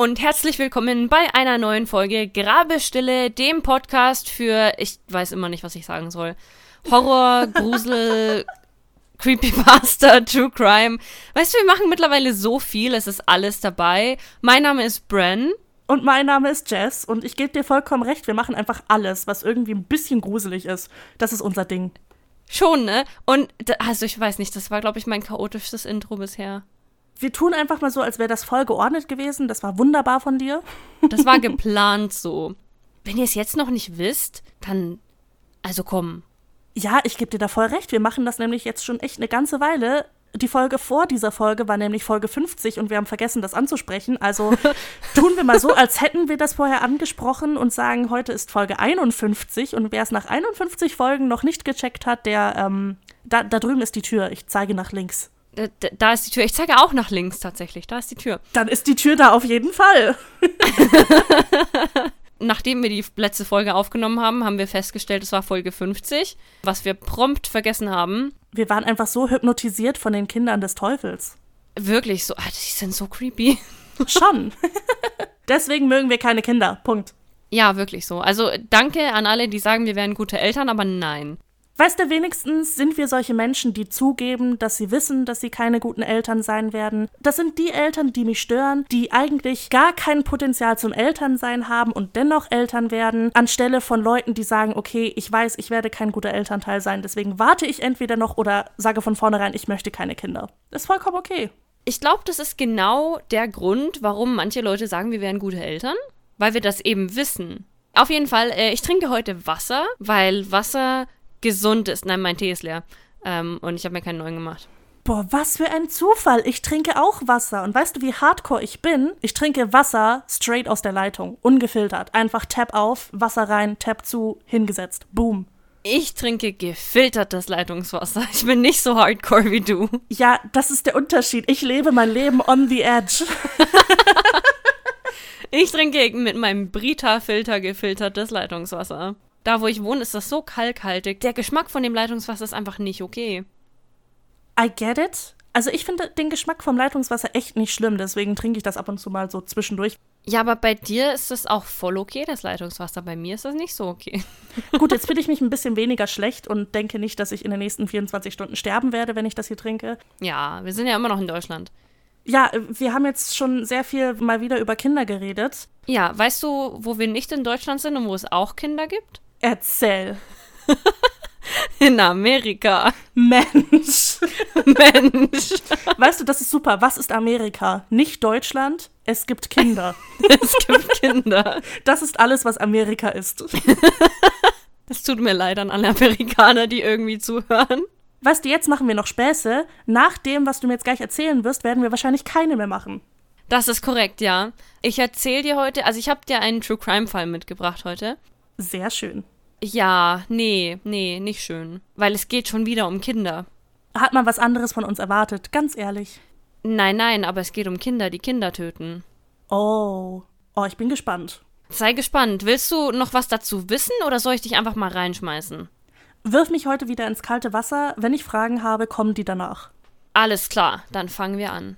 und herzlich willkommen bei einer neuen Folge Grabestille, dem Podcast für, ich weiß immer nicht, was ich sagen soll, Horror, Grusel, Creepypasta, True Crime. Weißt du, wir machen mittlerweile so viel, es ist alles dabei. Mein Name ist Bren. Und mein Name ist Jess und ich gebe dir vollkommen recht, wir machen einfach alles, was irgendwie ein bisschen gruselig ist. Das ist unser Ding. Schon, ne? Und, also ich weiß nicht, das war, glaube ich, mein chaotischstes Intro bisher. Wir tun einfach mal so, als wäre das voll geordnet gewesen. Das war wunderbar von dir. Das war geplant so. Wenn ihr es jetzt noch nicht wisst, dann, also komm. Ja, ich gebe dir da voll recht. Wir machen das nämlich jetzt schon echt eine ganze Weile. Die Folge vor dieser Folge war nämlich Folge 50 und wir haben vergessen, das anzusprechen. Also tun wir mal so, als hätten wir das vorher angesprochen und sagen, heute ist Folge 51. Und wer es nach 51 Folgen noch nicht gecheckt hat, der, da drüben ist die Tür. Ich zeige nach links. Da ist die Tür. Ich zeige auch nach links tatsächlich. Da ist die Tür. Dann ist die Tür da auf jeden Fall. Nachdem wir die letzte Folge aufgenommen haben, haben wir festgestellt, es war Folge 50, was wir prompt vergessen haben. Wir waren einfach so hypnotisiert von den Kindern des Teufels. Wirklich so. Die sind so creepy. Schon. Deswegen mögen wir keine Kinder. Punkt. Ja, wirklich so. Also danke an alle, die sagen, wir wären gute Eltern, aber nein. Weißt du, wenigstens sind wir solche Menschen, die zugeben, dass sie wissen, dass sie keine guten Eltern sein werden. Das sind die Eltern, die mich stören, die eigentlich gar kein Potenzial zum Elternsein haben und dennoch Eltern werden, anstelle von Leuten, die sagen, okay, ich weiß, ich werde kein guter Elternteil sein, deswegen warte ich entweder noch oder sage von vornherein, ich möchte keine Kinder. Das ist vollkommen okay. Ich glaube, das ist genau der Grund, warum manche Leute sagen, wir wären gute Eltern, weil wir das eben wissen. Auf jeden Fall, ich trinke heute Wasser, weil Wasser gesund ist. Nein, mein Tee ist leer. Und ich habe mir keinen neuen gemacht. Boah, was für ein Zufall. Ich trinke auch Wasser. Und weißt du, wie hardcore ich bin? Ich trinke Wasser straight aus der Leitung. Ungefiltert. Einfach Tab auf, Wasser rein, Tab zu, hingesetzt. Boom. Ich trinke gefiltertes Leitungswasser. Ich bin nicht so hardcore wie du. Ja, das ist der Unterschied. Ich lebe mein Leben on the edge. Ich trinke mit meinem Brita-Filter gefiltertes Leitungswasser. Da, wo ich wohne, ist das so kalkhaltig. Der Geschmack von dem Leitungswasser ist einfach nicht okay. I get it. Also ich finde den Geschmack vom Leitungswasser echt nicht schlimm, deswegen trinke ich das ab und zu mal so zwischendurch. Ja, aber bei dir ist das auch voll okay, das Leitungswasser. Bei mir ist das nicht so okay. Gut, jetzt fühle ich mich ein bisschen weniger schlecht und denke nicht, dass ich in den nächsten 24 Stunden sterben werde, wenn ich das hier trinke. Ja, wir sind ja immer noch in Deutschland. Ja, wir haben jetzt schon sehr viel mal wieder über Kinder geredet. Ja, weißt du, wo wir nicht in Deutschland sind und wo es auch Kinder gibt? Erzähl. In Amerika. Mensch. Mensch. Weißt du, das ist super. Was ist Amerika? Nicht Deutschland. Es gibt Kinder. Es gibt Kinder. Das ist alles, was Amerika ist. Das tut mir leid an alle Amerikaner, die irgendwie zuhören. Weißt du, jetzt machen wir noch Späße. Nach dem, was du mir jetzt gleich erzählen wirst, werden wir wahrscheinlich keine mehr machen. Das ist korrekt, ja. Ich erzähle dir heute, also ich habe dir einen True Crime Fall mitgebracht heute. Sehr schön. Ja, nee, nicht schön. Weil es geht schon wieder um Kinder. Hat man was anderes von uns erwartet, ganz ehrlich. Nein, aber es geht um Kinder, die Kinder töten. Oh, ich bin gespannt. Sei gespannt. Willst du noch was dazu wissen oder soll ich dich einfach mal reinschmeißen? Wirf mich heute wieder ins kalte Wasser. Wenn ich Fragen habe, kommen die danach. Alles klar, dann fangen wir an.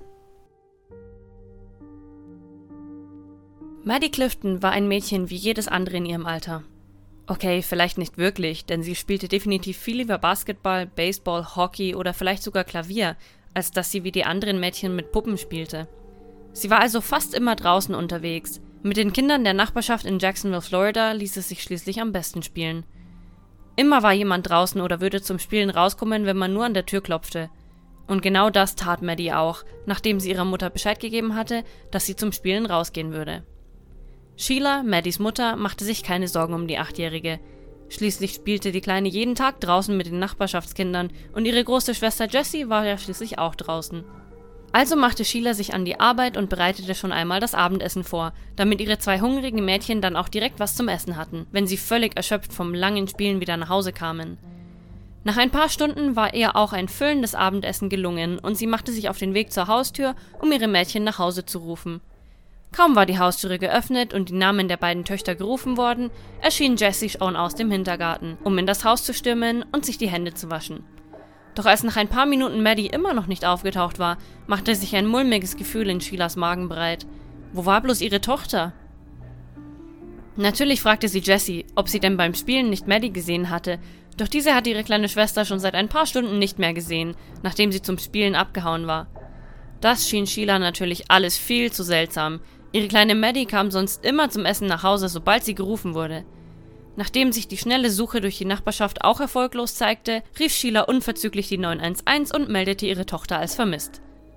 Maddie Clifton war ein Mädchen wie jedes andere in ihrem Alter. Okay, vielleicht nicht wirklich, denn sie spielte definitiv viel lieber Basketball, Baseball, Hockey oder vielleicht sogar Klavier, als dass sie wie die anderen Mädchen mit Puppen spielte. Sie war also fast immer draußen unterwegs. Mit den Kindern der Nachbarschaft in Jacksonville, Florida, ließ es sich schließlich am besten spielen. Immer war jemand draußen oder würde zum Spielen rauskommen, wenn man nur an der Tür klopfte. Und genau das tat Maddie auch, nachdem sie ihrer Mutter Bescheid gegeben hatte, dass sie zum Spielen rausgehen würde. Sheila, Maddies Mutter, machte sich keine Sorgen um die 8-Jährige. Schließlich spielte die Kleine jeden Tag draußen mit den Nachbarschaftskindern und ihre große Schwester Jessie war ja schließlich auch draußen. Also machte Sheila sich an die Arbeit und bereitete schon einmal das Abendessen vor, damit ihre 2 hungrigen Mädchen dann auch direkt was zum Essen hatten, wenn sie völlig erschöpft vom langen Spielen wieder nach Hause kamen. Nach ein paar Stunden war ihr auch ein füllendes Abendessen gelungen und sie machte sich auf den Weg zur Haustür, um ihre Mädchen nach Hause zu rufen. Kaum war die Haustüre geöffnet und die Namen der beiden Töchter gerufen worden, erschien Jessie schon aus dem Hintergarten, um in das Haus zu stürmen und sich die Hände zu waschen. Doch als nach ein paar Minuten Maddie immer noch nicht aufgetaucht war, machte sich ein mulmiges Gefühl in Sheilas Magen breit. Wo war bloß ihre Tochter? Natürlich fragte sie Jessie, ob sie denn beim Spielen nicht Maddie gesehen hatte, doch diese hatte ihre kleine Schwester schon seit ein paar Stunden nicht mehr gesehen, nachdem sie zum Spielen abgehauen war. Das schien Sheila natürlich alles viel zu seltsam. Ihre kleine Maddie kam sonst immer zum Essen nach Hause, sobald sie gerufen wurde. Nachdem sich die schnelle Suche durch die Nachbarschaft auch erfolglos zeigte, rief Sheila unverzüglich die 911 und meldete ihre Tochter als vermisst.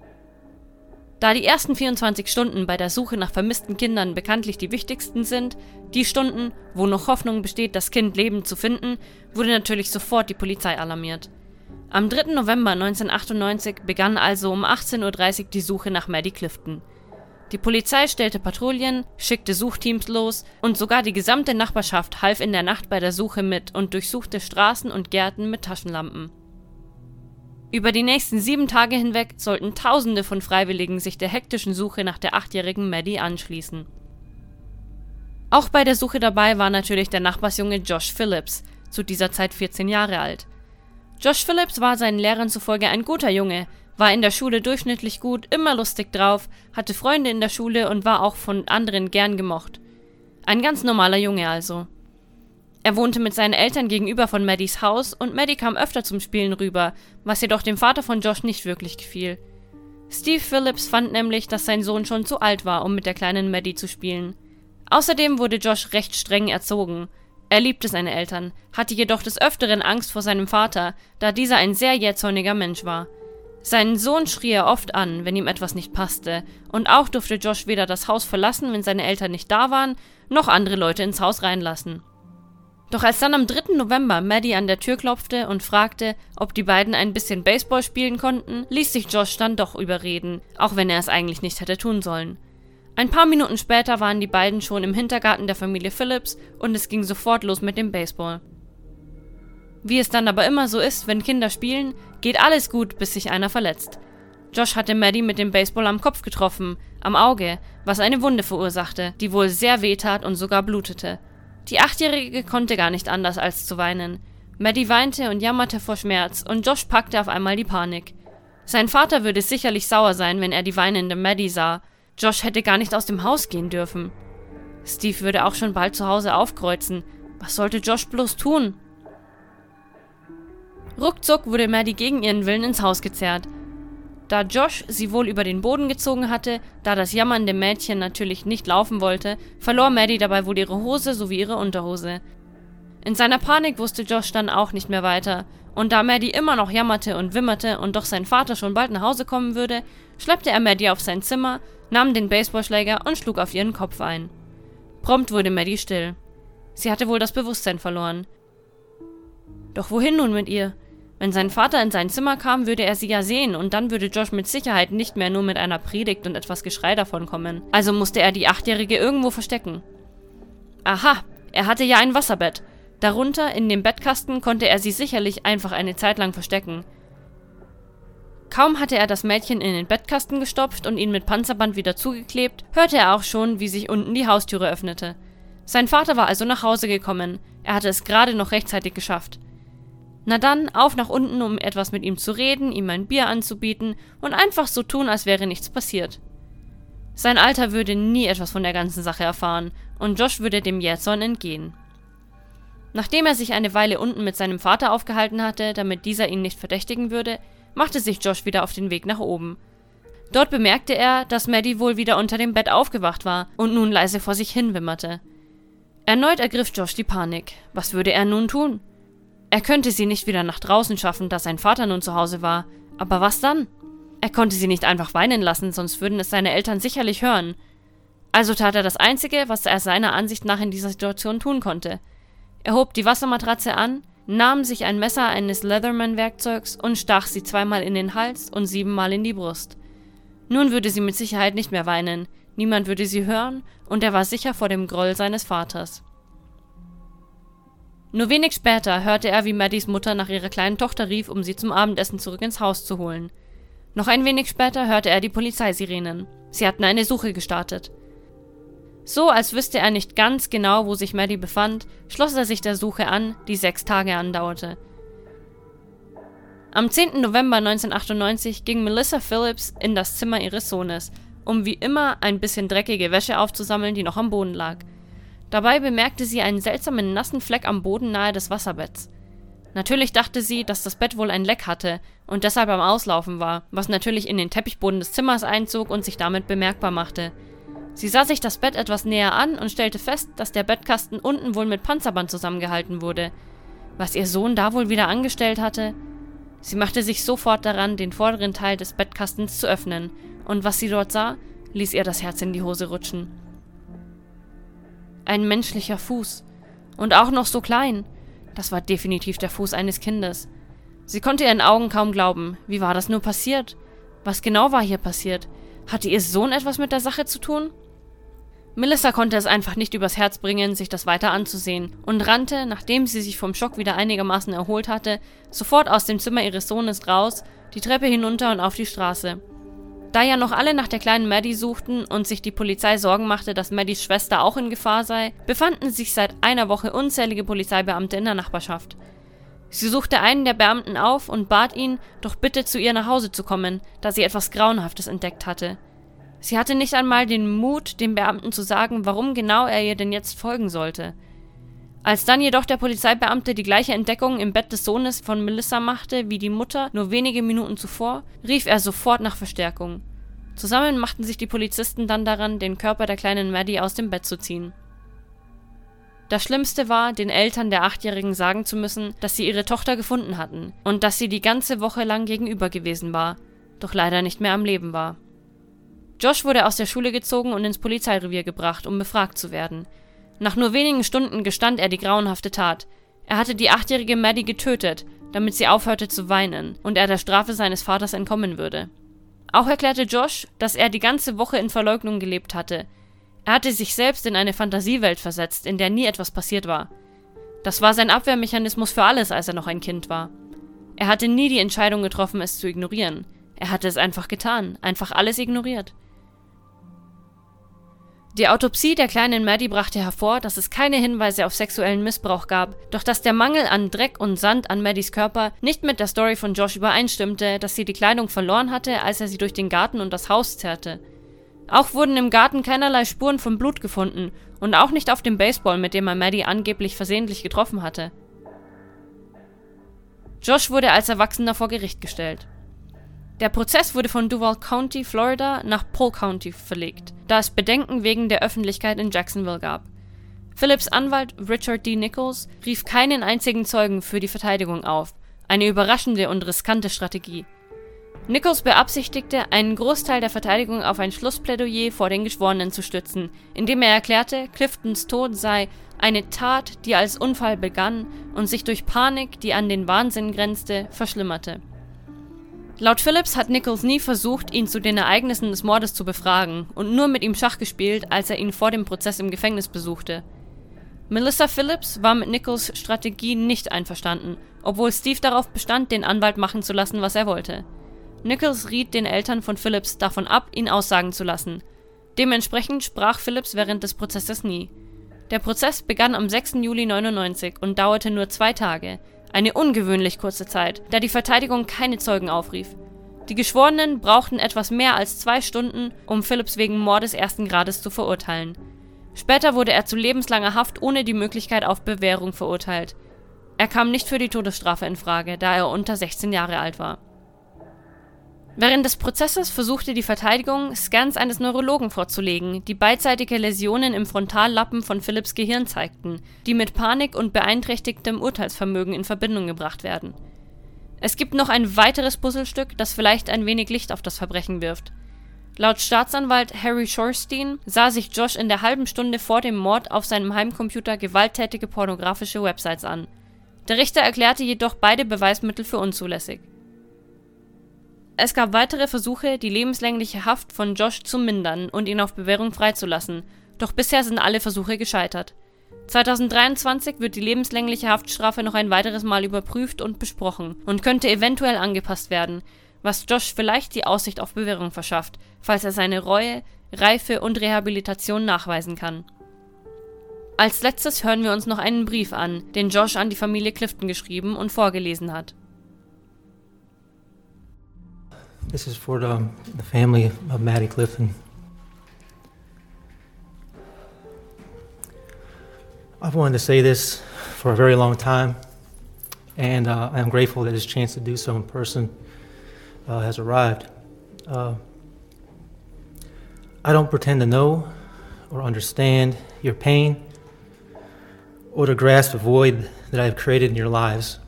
Da die ersten 24 Stunden bei der Suche nach vermissten Kindern bekanntlich die wichtigsten sind, die Stunden, wo noch Hoffnung besteht, das Kind lebend zu finden, wurde natürlich sofort die Polizei alarmiert. Am 3. November 1998 begann also um 18:30 Uhr die Suche nach Maddie Clifton. Die Polizei stellte Patrouillen, schickte Suchteams los und sogar die gesamte Nachbarschaft half in der Nacht bei der Suche mit und durchsuchte Straßen und Gärten mit Taschenlampen. Über die nächsten 7 Tage hinweg sollten Tausende von Freiwilligen sich der hektischen Suche nach der 8-jährigen Maddie anschließen. Auch bei der Suche dabei war natürlich der Nachbarsjunge Josh Phillips, zu dieser Zeit 14 Jahre alt. Josh Phillips war seinen Lehrern zufolge ein guter Junge, war in der Schule durchschnittlich gut, immer lustig drauf, hatte Freunde in der Schule und war auch von anderen gern gemocht. Ein ganz normaler Junge also. Er wohnte mit seinen Eltern gegenüber von Maddies Haus und Maddie kam öfter zum Spielen rüber, was jedoch dem Vater von Josh nicht wirklich gefiel. Steve Phillips fand nämlich, dass sein Sohn schon zu alt war, um mit der kleinen Maddie zu spielen. Außerdem wurde Josh recht streng erzogen. Er liebte seine Eltern, hatte jedoch des Öfteren Angst vor seinem Vater, da dieser ein sehr jähzorniger Mensch war. Seinen Sohn schrie er oft an, wenn ihm etwas nicht passte, und auch durfte Josh weder das Haus verlassen, wenn seine Eltern nicht da waren, noch andere Leute ins Haus reinlassen. Doch als dann am 3. November Maddie an der Tür klopfte und fragte, ob die beiden ein bisschen Baseball spielen konnten, ließ sich Josh dann doch überreden, auch wenn er es eigentlich nicht hätte tun sollen. Ein paar Minuten später waren die beiden schon im Hintergarten der Familie Phillips und es ging sofort los mit dem Baseball. Wie es dann aber immer so ist, wenn Kinder spielen, geht alles gut, bis sich einer verletzt. Josh hatte Maddie mit dem Baseball am Kopf getroffen, am Auge, was eine Wunde verursachte, die wohl sehr wehtat und sogar blutete. Die 8-Jährige konnte gar nicht anders als zu weinen. Maddie weinte und jammerte vor Schmerz und Josh packte auf einmal die Panik. Sein Vater würde sicherlich sauer sein, wenn er die weinende Maddie sah. Josh hätte gar nicht aus dem Haus gehen dürfen. Steve würde auch schon bald zu Hause aufkreuzen. Was sollte Josh bloß tun? Ruckzuck wurde Maddie gegen ihren Willen ins Haus gezerrt. Da Josh sie wohl über den Boden gezogen hatte, da das jammernde Mädchen natürlich nicht laufen wollte, verlor Maddie dabei wohl ihre Hose sowie ihre Unterhose. In seiner Panik wusste Josh dann auch nicht mehr weiter, und da Maddie immer noch jammerte und wimmerte und doch sein Vater schon bald nach Hause kommen würde, schleppte er Maddie auf sein Zimmer, nahm den Baseballschläger und schlug auf ihren Kopf ein. Prompt wurde Maddie still. Sie hatte wohl das Bewusstsein verloren. Doch wohin nun mit ihr? Wenn sein Vater in sein Zimmer kam, würde er sie ja sehen und dann würde Josh mit Sicherheit nicht mehr nur mit einer Predigt und etwas Geschrei davonkommen. Also musste er die 8-Jährige irgendwo verstecken. Aha, er hatte ja ein Wasserbett. Darunter, in dem Bettkasten, konnte er sie sicherlich einfach eine Zeit lang verstecken. Kaum hatte er das Mädchen in den Bettkasten gestopft und ihn mit Panzerband wieder zugeklebt, hörte er auch schon, wie sich unten die Haustüre öffnete. Sein Vater war also nach Hause gekommen. Er hatte es gerade noch rechtzeitig geschafft. Na dann, auf nach unten, um etwas mit ihm zu reden, ihm ein Bier anzubieten und einfach so tun, als wäre nichts passiert. Sein Alter würde nie etwas von der ganzen Sache erfahren und Josh würde dem Jähzorn entgehen. Nachdem er sich eine Weile unten mit seinem Vater aufgehalten hatte, damit dieser ihn nicht verdächtigen würde, machte sich Josh wieder auf den Weg nach oben. Dort bemerkte er, dass Maddie wohl wieder unter dem Bett aufgewacht war und nun leise vor sich hin wimmerte. Erneut ergriff Josh die Panik. Was würde er nun tun? Er könnte sie nicht wieder nach draußen schaffen, da sein Vater nun zu Hause war. Aber was dann? Er konnte sie nicht einfach weinen lassen, sonst würden es seine Eltern sicherlich hören. Also tat er das Einzige, was er seiner Ansicht nach in dieser Situation tun konnte. Er hob die Wassermatratze an, nahm sich ein Messer eines Leatherman-Werkzeugs und stach sie 2-mal in den Hals und 7-mal in die Brust. Nun würde sie mit Sicherheit nicht mehr weinen, niemand würde sie hören und er war sicher vor dem Groll seines Vaters. Nur wenig später hörte er, wie Maddies Mutter nach ihrer kleinen Tochter rief, um sie zum Abendessen zurück ins Haus zu holen. Noch ein wenig später hörte er die Polizeisirenen. Sie hatten eine Suche gestartet. So, als wüsste er nicht ganz genau, wo sich Maddie befand, schloss er sich der Suche an, die 6 Tage andauerte. Am 10. November 1998 ging Melissa Phillips in das Zimmer ihres Sohnes um wie immer ein bisschen dreckige Wäsche aufzusammeln, die noch am Boden lag. Dabei bemerkte sie einen seltsamen nassen Fleck am Boden nahe des Wasserbetts. Natürlich dachte sie, dass das Bett wohl ein Leck hatte und deshalb am Auslaufen war, was natürlich in den Teppichboden des Zimmers einzog und sich damit bemerkbar machte. Sie sah sich das Bett etwas näher an und stellte fest, dass der Bettkasten unten wohl mit Panzerband zusammengehalten wurde. Was ihr Sohn da wohl wieder angestellt hatte? Sie machte sich sofort daran, den vorderen Teil des Bettkastens zu öffnen, und was sie dort sah, ließ ihr das Herz in die Hose rutschen. Ein menschlicher Fuß. Und auch noch so klein. Das war definitiv der Fuß eines Kindes. Sie konnte ihren Augen kaum glauben. Wie war das nur passiert? Was genau war hier passiert? Hatte ihr Sohn etwas mit der Sache zu tun? Melissa konnte es einfach nicht übers Herz bringen, sich das weiter anzusehen, und rannte, nachdem sie sich vom Schock wieder einigermaßen erholt hatte, sofort aus dem Zimmer ihres Sohnes raus, die Treppe hinunter und auf die Straße. Da ja noch alle nach der kleinen Maddie suchten und sich die Polizei Sorgen machte, dass Maddies Schwester auch in Gefahr sei, befanden sich seit einer Woche unzählige Polizeibeamte in der Nachbarschaft. Sie suchte einen der Beamten auf und bat ihn, doch bitte zu ihr nach Hause zu kommen, da sie etwas Grauenhaftes entdeckt hatte. Sie hatte nicht einmal den Mut, dem Beamten zu sagen, warum genau er ihr denn jetzt folgen sollte. Als dann jedoch der Polizeibeamte die gleiche Entdeckung im Bett des Sohnes von Melissa machte wie die Mutter nur wenige Minuten zuvor, rief er sofort nach Verstärkung. Zusammen machten sich die Polizisten dann daran, den Körper der kleinen Maddie aus dem Bett zu ziehen. Das Schlimmste war, den Eltern der 8-Jährigen sagen zu müssen, dass sie ihre Tochter gefunden hatten und dass sie die ganze Woche lang gegenüber gewesen war, doch leider nicht mehr am Leben war. Josh wurde aus der Schule gezogen und ins Polizeirevier gebracht, um befragt zu werden. Nach nur wenigen Stunden gestand er die grauenhafte Tat. Er hatte die 8-jährige Maddie getötet, damit sie aufhörte zu weinen und er der Strafe seines Vaters entkommen würde. Auch erklärte Josh, dass er die ganze Woche in Verleugnung gelebt hatte. Er hatte sich selbst in eine Fantasiewelt versetzt, in der nie etwas passiert war. Das war sein Abwehrmechanismus für alles, als er noch ein Kind war. Er hatte nie die Entscheidung getroffen, es zu ignorieren. Er hatte es einfach getan, einfach alles ignoriert. Die Autopsie der kleinen Maddie brachte hervor, dass es keine Hinweise auf sexuellen Missbrauch gab, doch dass der Mangel an Dreck und Sand an Maddies Körper nicht mit der Story von Josh übereinstimmte, dass sie die Kleidung verloren hatte, als er sie durch den Garten und das Haus zerrte. Auch wurden im Garten keinerlei Spuren von Blut gefunden und auch nicht auf dem Baseball, mit dem er Maddie angeblich versehentlich getroffen hatte. Josh wurde als Erwachsener vor Gericht gestellt. Der Prozess wurde von Duval County, Florida, nach Polk County verlegt, da es Bedenken wegen der Öffentlichkeit in Jacksonville gab. Phillips Anwalt Richard D. Nichols rief keinen einzigen Zeugen für die Verteidigung auf, eine überraschende und riskante Strategie. Nichols beabsichtigte, einen Großteil der Verteidigung auf ein Schlussplädoyer vor den Geschworenen zu stützen, indem er erklärte, Cliftons Tod sei eine Tat, die als Unfall begann und sich durch Panik, die an den Wahnsinn grenzte, verschlimmerte. Laut Phillips hat Nichols nie versucht, ihn zu den Ereignissen des Mordes zu befragen und nur mit ihm Schach gespielt, als er ihn vor dem Prozess im Gefängnis besuchte. Melissa Phillips war mit Nichols Strategie nicht einverstanden, obwohl Steve darauf bestand, den Anwalt machen zu lassen, was er wollte. Nichols riet den Eltern von Phillips davon ab, ihn aussagen zu lassen. Dementsprechend sprach Phillips während des Prozesses nie. Der Prozess begann am 6. Juli 1999 und dauerte nur 2 Tage. Eine ungewöhnlich kurze Zeit, da die Verteidigung keine Zeugen aufrief. Die Geschworenen brauchten etwas mehr als 2 Stunden, um Phillips wegen Mordes 1. Grades zu verurteilen. Später wurde er zu lebenslanger Haft ohne die Möglichkeit auf Bewährung verurteilt. Er kam nicht für die Todesstrafe in Frage, da er unter 16 Jahre alt war. Während des Prozesses versuchte die Verteidigung, Scans eines Neurologen vorzulegen, die beidseitige Läsionen im Frontallappen von Phillips Gehirn zeigten, die mit Panik und beeinträchtigtem Urteilsvermögen in Verbindung gebracht werden. Es gibt noch ein weiteres Puzzlestück, das vielleicht ein wenig Licht auf das Verbrechen wirft. Laut Staatsanwalt Harry Shorstein sah sich Josh in der halben Stunde vor dem Mord auf seinem Heimcomputer gewalttätige pornografische Websites an. Der Richter erklärte jedoch beide Beweismittel für unzulässig. Es gab weitere Versuche, die lebenslängliche Haft von Josh zu mindern und ihn auf Bewährung freizulassen, doch bisher sind alle Versuche gescheitert. 2023 wird die lebenslängliche Haftstrafe noch ein weiteres Mal überprüft und besprochen und könnte eventuell angepasst werden, was Josh vielleicht die Aussicht auf Bewährung verschafft, falls er seine Reue, Reife und Rehabilitation nachweisen kann. Als letztes hören wir uns noch einen Brief an, den Josh an die Familie Clifton geschrieben und vorgelesen hat. This is for the family of Maddie Clifton. I've wanted to say this for a very long time, and I'm grateful that this chance to do so in person has arrived. I don't pretend to know or understand your pain or to grasp the void that I have created in your lives.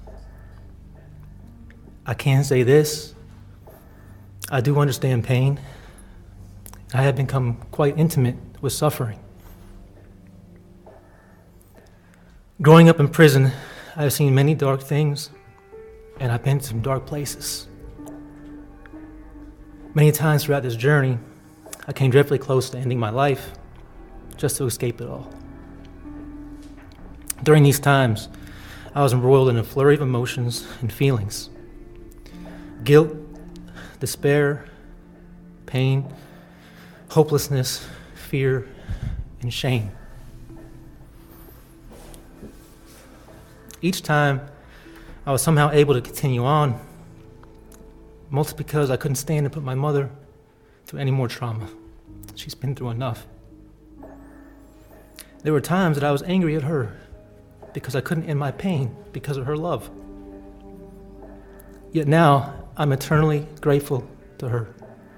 I can say this: I do understand pain. I have become quite intimate with suffering. Growing up in prison, I have seen many dark things, and I've been to some dark places. Many times throughout this journey, I came dreadfully close to ending my life just to escape it all. During these times, I was embroiled in a flurry of emotions and feelings: guilt, despair, pain, hopelessness, fear, and shame. Each time, I was somehow able to continue on, mostly because I couldn't stand to put my mother through any more trauma. She's been through enough. There were times that I was angry at her because I couldn't end my pain because of her love. Yet now, I'm eternally grateful to her.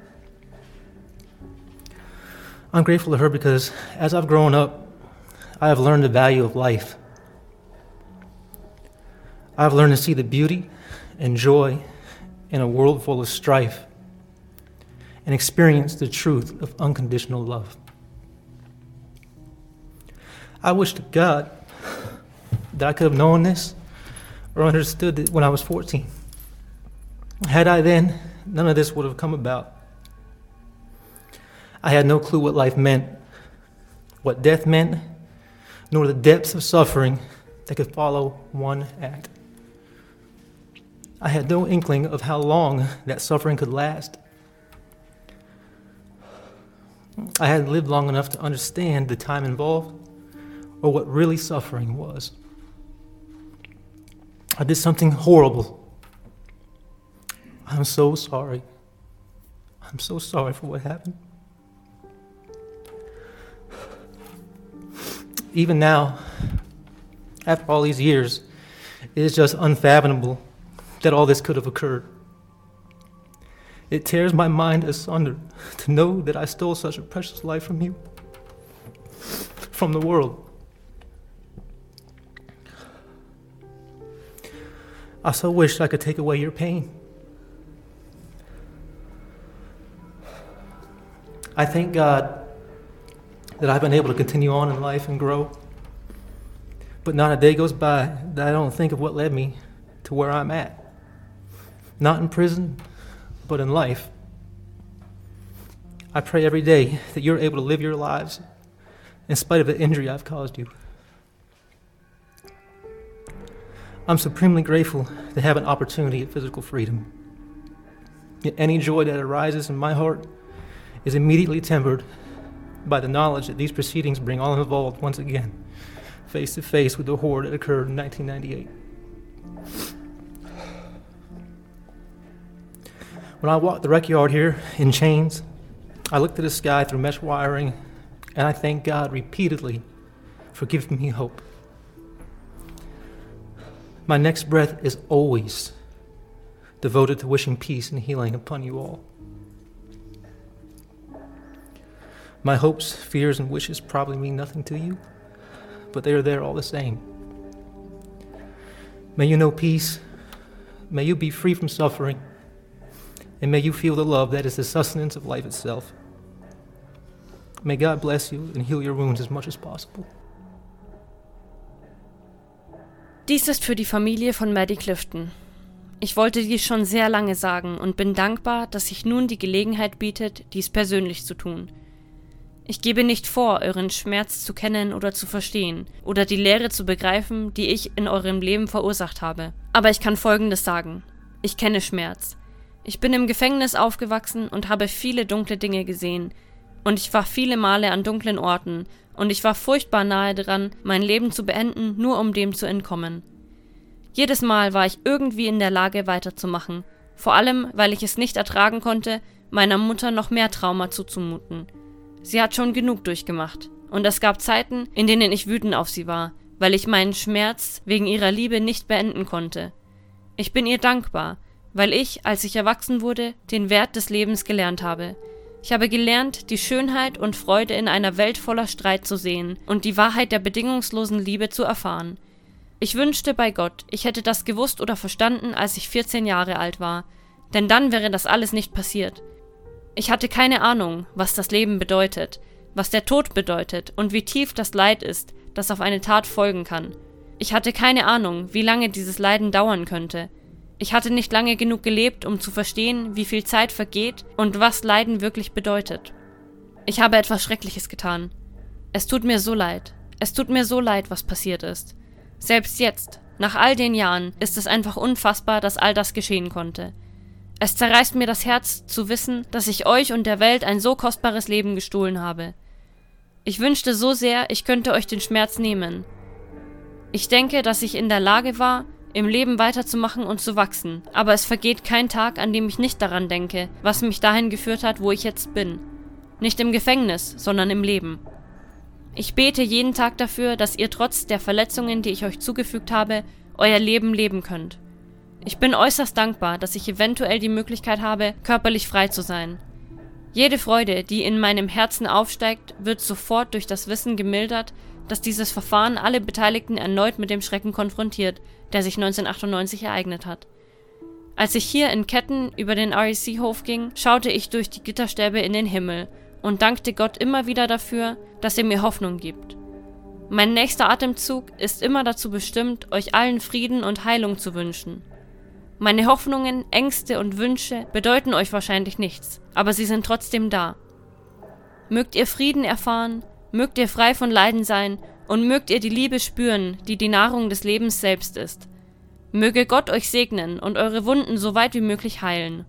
I'm grateful to her because as I've grown up, I have learned the value of life. I've learned to see the beauty and joy in a world full of strife and experience the truth of unconditional love. I wish to God that I could have known this or understood it when I was 14. Had I then, none of this would have come about. I had no clue what life meant, what death meant, nor the depths of suffering that could follow one act. I had no inkling of how long that suffering could last. I hadn't lived long enough to understand the time involved or what really suffering was. I did something horrible. I'm so sorry. I'm so sorry for what happened. Even now, after all these years, it is just unfathomable that all this could have occurred. It tears my mind asunder to know that I stole such a precious life from you, from the world. I so wish I could take away your pain. I thank God that I've been able to continue on in life and grow, but not a day goes by that I don't think of what led me to where I'm at. Not in prison, but in life. I pray every day that you're able to live your lives in spite of the injury I've caused you. I'm supremely grateful to have an opportunity at physical freedom. Yet any joy that arises in my heart is immediately tempered by the knowledge that these proceedings bring all involved once again face to face with the horror that occurred in 1998. When I walked the rec yard here in chains, I looked at the sky through mesh wiring, and I thank God repeatedly for giving me hope. My next breath is always devoted to wishing peace and healing upon you all. My hopes, fears, and wishes probably mean nothing to you, but they are there all the same. May you know peace, may you be free from suffering, and may you feel the love that is the sustenance of life itself. May God bless you and heal your wounds as much as possible. Dies ist für die Familie von Maddie Clifton. Ich wollte dies schon sehr lange sagen und bin dankbar, dass sich nun die Gelegenheit bietet, dies persönlich zu tun. Ich gebe nicht vor, euren Schmerz zu kennen oder zu verstehen oder die Leere zu begreifen, die ich in eurem Leben verursacht habe. Aber ich kann Folgendes sagen: Ich kenne Schmerz. Ich bin im Gefängnis aufgewachsen und habe viele dunkle Dinge gesehen. Und ich war viele Male an dunklen Orten. Und ich war furchtbar nahe dran, mein Leben zu beenden, nur um dem zu entkommen. Jedes Mal war ich irgendwie in der Lage, weiterzumachen. Vor allem, weil ich es nicht ertragen konnte, meiner Mutter noch mehr Trauma zuzumuten. Sie hat schon genug durchgemacht. Und es gab Zeiten, in denen ich wütend auf sie war, weil ich meinen Schmerz wegen ihrer Liebe nicht beenden konnte. Ich bin ihr dankbar, weil ich, als ich erwachsen wurde, den Wert des Lebens gelernt habe. Ich habe gelernt, die Schönheit und Freude in einer Welt voller Streit zu sehen und die Wahrheit der bedingungslosen Liebe zu erfahren. Ich wünschte bei Gott, ich hätte das gewusst oder verstanden, als ich 14 Jahre alt war, denn dann wäre das alles nicht passiert. Ich hatte keine Ahnung, was das Leben bedeutet, was der Tod bedeutet und wie tief das Leid ist, das auf eine Tat folgen kann. Ich hatte keine Ahnung, wie lange dieses Leiden dauern könnte. Ich hatte nicht lange genug gelebt, um zu verstehen, wie viel Zeit vergeht und was Leiden wirklich bedeutet. Ich habe etwas Schreckliches getan. Es tut mir so leid. Es tut mir so leid, was passiert ist. Selbst jetzt, nach all den Jahren, ist es einfach unfassbar, dass all das geschehen konnte. Es zerreißt mir das Herz, zu wissen, dass ich euch und der Welt ein so kostbares Leben gestohlen habe. Ich wünschte so sehr, ich könnte euch den Schmerz nehmen. Ich denke, dass ich in der Lage war, im Leben weiterzumachen und zu wachsen, aber es vergeht kein Tag, an dem ich nicht daran denke, was mich dahin geführt hat, wo ich jetzt bin. Nicht im Gefängnis, sondern im Leben. Ich bete jeden Tag dafür, dass ihr trotz der Verletzungen, die ich euch zugefügt habe, euer Leben leben könnt. Ich bin äußerst dankbar, dass ich eventuell die Möglichkeit habe, körperlich frei zu sein. Jede Freude, die in meinem Herzen aufsteigt, wird sofort durch das Wissen gemildert, dass dieses Verfahren alle Beteiligten erneut mit dem Schrecken konfrontiert, der sich 1998 ereignet hat. Als ich hier in Ketten über den REC-Hof ging, schaute ich durch die Gitterstäbe in den Himmel und dankte Gott immer wieder dafür, dass er mir Hoffnung gibt. Mein nächster Atemzug ist immer dazu bestimmt, euch allen Frieden und Heilung zu wünschen. Meine Hoffnungen, Ängste und Wünsche bedeuten euch wahrscheinlich nichts, aber sie sind trotzdem da. Mögt ihr Frieden erfahren, mögt ihr frei von Leiden sein und mögt ihr die Liebe spüren, die die Nahrung des Lebens selbst ist. Möge Gott euch segnen und eure Wunden so weit wie möglich heilen.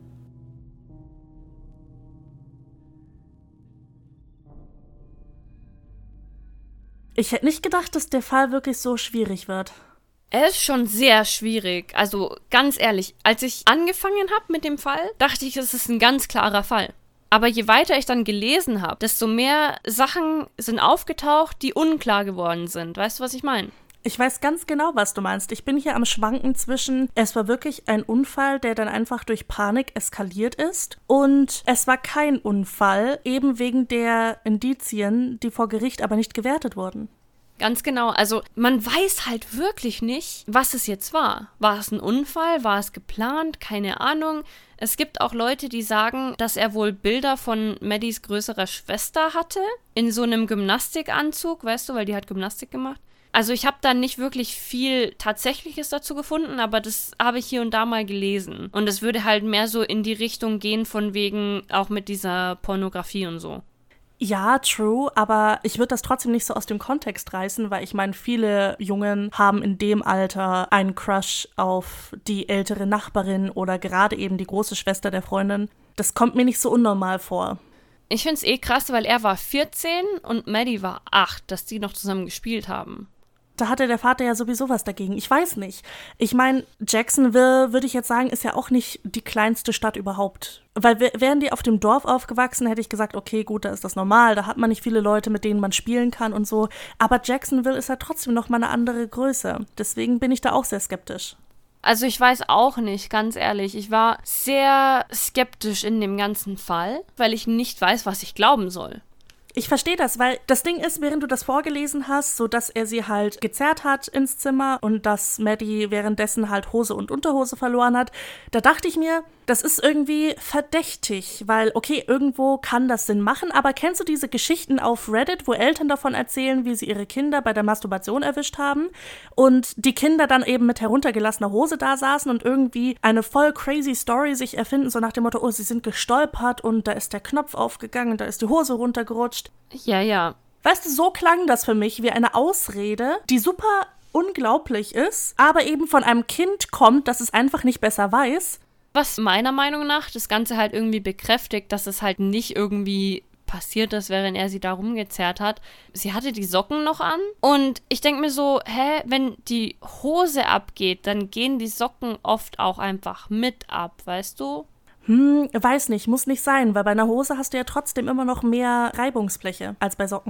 Ich hätte nicht gedacht, dass der Fall wirklich so schwierig wird. Er ist schon sehr schwierig. Also ganz ehrlich, als ich angefangen habe mit dem Fall, dachte ich, es ist ein ganz klarer Fall. Aber je weiter ich dann gelesen habe, desto mehr Sachen sind aufgetaucht, die unklar geworden sind. Weißt du, was ich meine? Ich weiß ganz genau, was du meinst. Ich bin hier am Schwanken zwischen, es war wirklich ein Unfall, der dann einfach durch Panik eskaliert ist, und es war kein Unfall, eben wegen der Indizien, die vor Gericht aber nicht gewertet wurden. Ganz genau. Also man weiß halt wirklich nicht, was es jetzt war. War es ein Unfall? War es geplant? Keine Ahnung. Es gibt auch Leute, die sagen, dass er wohl Bilder von Maddys größerer Schwester hatte, in so einem Gymnastikanzug, weißt du, weil die hat Gymnastik gemacht. Also ich habe da nicht wirklich viel Tatsächliches dazu gefunden, aber das habe ich hier und da mal gelesen. Und es würde halt mehr so in die Richtung gehen, von wegen auch mit dieser Pornografie und so. Ja, true, aber ich würde das trotzdem nicht so aus dem Kontext reißen, weil ich meine, viele Jungen haben in dem Alter einen Crush auf die ältere Nachbarin oder gerade eben die große Schwester der Freundin. Das kommt mir nicht so unnormal vor. Ich finde es krass, weil er war 14 und Maddie war 8, dass die noch zusammen gespielt haben. Da hatte der Vater ja sowieso was dagegen. Ich weiß nicht. Ich meine, Jacksonville, würde ich jetzt sagen, ist ja auch nicht die kleinste Stadt überhaupt. Weil wären die auf dem Dorf aufgewachsen, hätte ich gesagt, okay, gut, da ist das normal. Da hat man nicht viele Leute, mit denen man spielen kann und so. Aber Jacksonville ist ja trotzdem noch mal eine andere Größe. Deswegen bin ich da auch sehr skeptisch. Also ich weiß auch nicht, ganz ehrlich. Ich war sehr skeptisch in dem ganzen Fall, weil ich nicht weiß, was ich glauben soll. Ich verstehe das, weil das Ding ist, während du das vorgelesen hast, so dass er sie halt gezerrt hat ins Zimmer und dass Maddie währenddessen halt Hose und Unterhose verloren hat, da dachte ich mir, das ist irgendwie verdächtig, weil, okay, irgendwo kann das Sinn machen, aber kennst du diese Geschichten auf Reddit, wo Eltern davon erzählen, wie sie ihre Kinder bei der Masturbation erwischt haben und die Kinder dann eben mit heruntergelassener Hose da saßen und irgendwie eine voll crazy Story sich erfinden, so nach dem Motto, oh, sie sind gestolpert und da ist der Knopf aufgegangen, da ist die Hose runtergerutscht. Ja. Weißt du, so klang das für mich wie eine Ausrede, die super unglaublich ist, aber eben von einem Kind kommt, das es einfach nicht besser weiß. Was meiner Meinung nach das Ganze halt irgendwie bekräftigt, dass es halt nicht irgendwie passiert ist, während er sie da rumgezerrt hat. Sie hatte die Socken noch an und ich denke mir so, wenn die Hose abgeht, dann gehen die Socken oft auch einfach mit ab, weißt du? Weiß nicht, muss nicht sein, weil bei einer Hose hast du ja trotzdem immer noch mehr Reibungsfläche als bei Socken.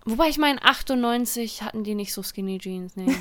Wobei ich meine, 98 hatten die nicht so Skinny Jeans, nee.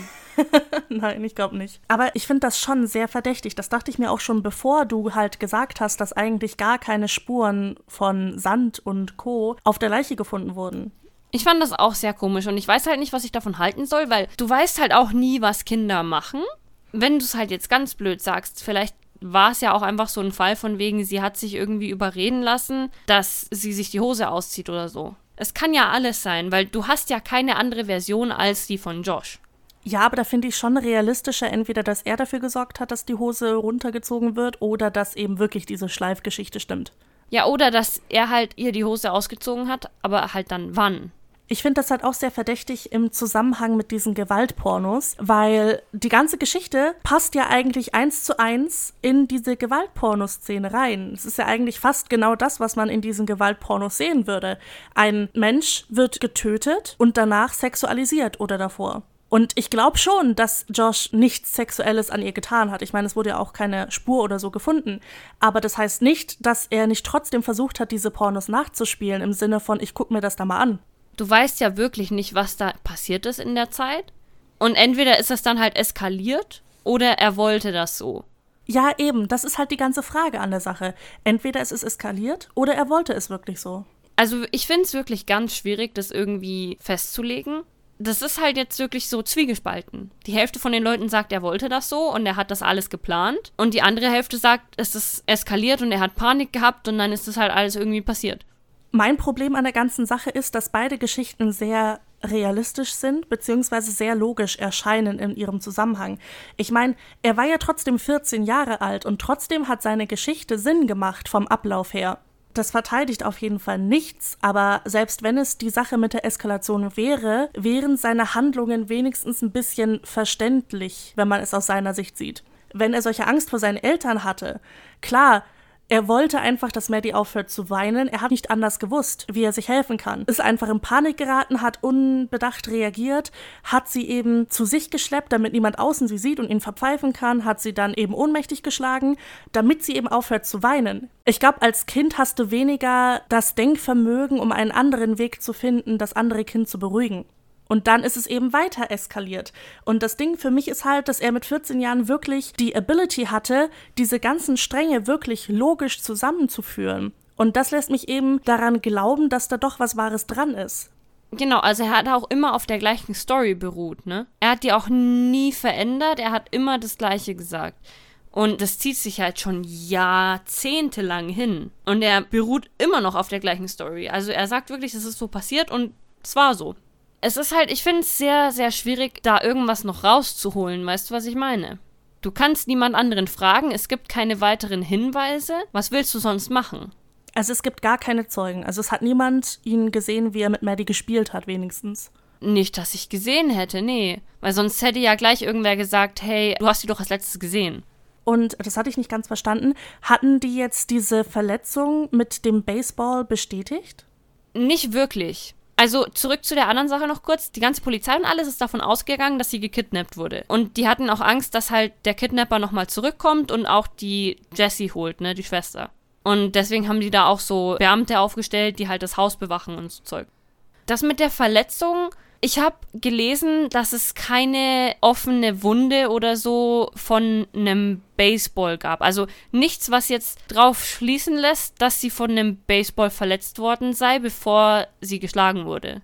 Nein, ich glaube nicht. Aber ich finde das schon sehr verdächtig. Das dachte ich mir auch schon, bevor du halt gesagt hast, dass eigentlich gar keine Spuren von Sand und Co. auf der Leiche gefunden wurden. Ich fand das auch sehr komisch und ich weiß halt nicht, was ich davon halten soll, weil du weißt halt auch nie, was Kinder machen. Wenn du es halt jetzt ganz blöd sagst, vielleicht war es ja auch einfach so ein Fall von wegen, sie hat sich irgendwie überreden lassen, dass sie sich die Hose auszieht oder so. Es kann ja alles sein, weil du hast ja keine andere Version als die von Josh. Ja, aber da finde ich schon realistischer, entweder, dass er dafür gesorgt hat, dass die Hose runtergezogen wird oder dass eben wirklich diese Schleifgeschichte stimmt. Ja, oder dass er halt ihr die Hose ausgezogen hat, aber halt dann wann? Ich finde das halt auch sehr verdächtig im Zusammenhang mit diesen Gewaltpornos, weil die ganze Geschichte passt ja eigentlich 1:1 in diese Gewaltpornoszene rein. Es ist ja eigentlich fast genau das, was man in diesen Gewaltpornos sehen würde. Ein Mensch wird getötet und danach sexualisiert oder davor. Und ich glaube schon, dass Josh nichts Sexuelles an ihr getan hat. Ich meine, es wurde ja auch keine Spur oder so gefunden. Aber das heißt nicht, dass er nicht trotzdem versucht hat, diese Pornos nachzuspielen, im Sinne von, ich guck mir das da mal an. Du weißt ja wirklich nicht, was da passiert ist in der Zeit. Und entweder ist es dann halt eskaliert oder er wollte das so. Ja, eben. Das ist halt die ganze Frage an der Sache. Entweder es ist eskaliert oder er wollte es wirklich so. Also ich finde es wirklich ganz schwierig, das irgendwie festzulegen. Das ist halt jetzt wirklich so zwiegespalten. Die Hälfte von den Leuten sagt, er wollte das so und er hat das alles geplant. Und die andere Hälfte sagt, es ist eskaliert und er hat Panik gehabt und dann ist das halt alles irgendwie passiert. Mein Problem an der ganzen Sache ist, dass beide Geschichten sehr realistisch sind, beziehungsweise sehr logisch erscheinen in ihrem Zusammenhang. Ich meine, er war ja trotzdem 14 Jahre alt und trotzdem hat seine Geschichte Sinn gemacht vom Ablauf her. Das verteidigt auf jeden Fall nichts, aber selbst wenn es die Sache mit der Eskalation wäre, wären seine Handlungen wenigstens ein bisschen verständlich, wenn man es aus seiner Sicht sieht. Wenn er solche Angst vor seinen Eltern hatte, klar, er wollte einfach, dass Maddie aufhört zu weinen. Er hat nicht anders gewusst, wie er sich helfen kann. Ist einfach in Panik geraten, hat unbedacht reagiert, hat sie eben zu sich geschleppt, damit niemand außen sie sieht und ihn verpfeifen kann, hat sie dann eben ohnmächtig geschlagen, damit sie eben aufhört zu weinen. Ich glaube, als Kind hast du weniger das Denkvermögen, um einen anderen Weg zu finden, das andere Kind zu beruhigen. Und dann ist es eben weiter eskaliert. Und das Ding für mich ist halt, dass er mit 14 Jahren wirklich die Ability hatte, diese ganzen Stränge wirklich logisch zusammenzuführen. Und das lässt mich eben daran glauben, dass da doch was Wahres dran ist. Genau, also er hat auch immer auf der gleichen Story beruht, ne? Er hat die auch nie verändert, er hat immer das Gleiche gesagt. Und das zieht sich halt schon jahrzehntelang hin. Und er beruht immer noch auf der gleichen Story. Also er sagt wirklich, es ist so passiert und es war so. Es ist halt, ich finde es sehr, sehr schwierig, da irgendwas noch rauszuholen. Weißt du, was ich meine? Du kannst niemand anderen fragen, es gibt keine weiteren Hinweise. Was willst du sonst machen? Also es gibt gar keine Zeugen. Also es hat niemand ihn gesehen, wie er mit Maddie gespielt hat, wenigstens. Nicht, dass ich gesehen hätte, nee. Weil sonst hätte ja gleich irgendwer gesagt, hey, du hast sie doch als letztes gesehen. Und das hatte ich nicht ganz verstanden. Hatten die jetzt diese Verletzung mit dem Baseball bestätigt? Nicht wirklich. Also zurück zu der anderen Sache noch kurz. Die ganze Polizei und alles ist davon ausgegangen, dass sie gekidnappt wurde. Und die hatten auch Angst, dass halt der Kidnapper nochmal zurückkommt und auch die Jessie holt, ne, die Schwester. Und deswegen haben die da auch so Beamte aufgestellt, die halt das Haus bewachen und so Zeug. Das mit der Verletzung, ich habe gelesen, dass es keine offene Wunde oder so von einem Baseball gab. Also nichts, was jetzt drauf schließen lässt, dass sie von einem Baseball verletzt worden sei, bevor sie geschlagen wurde.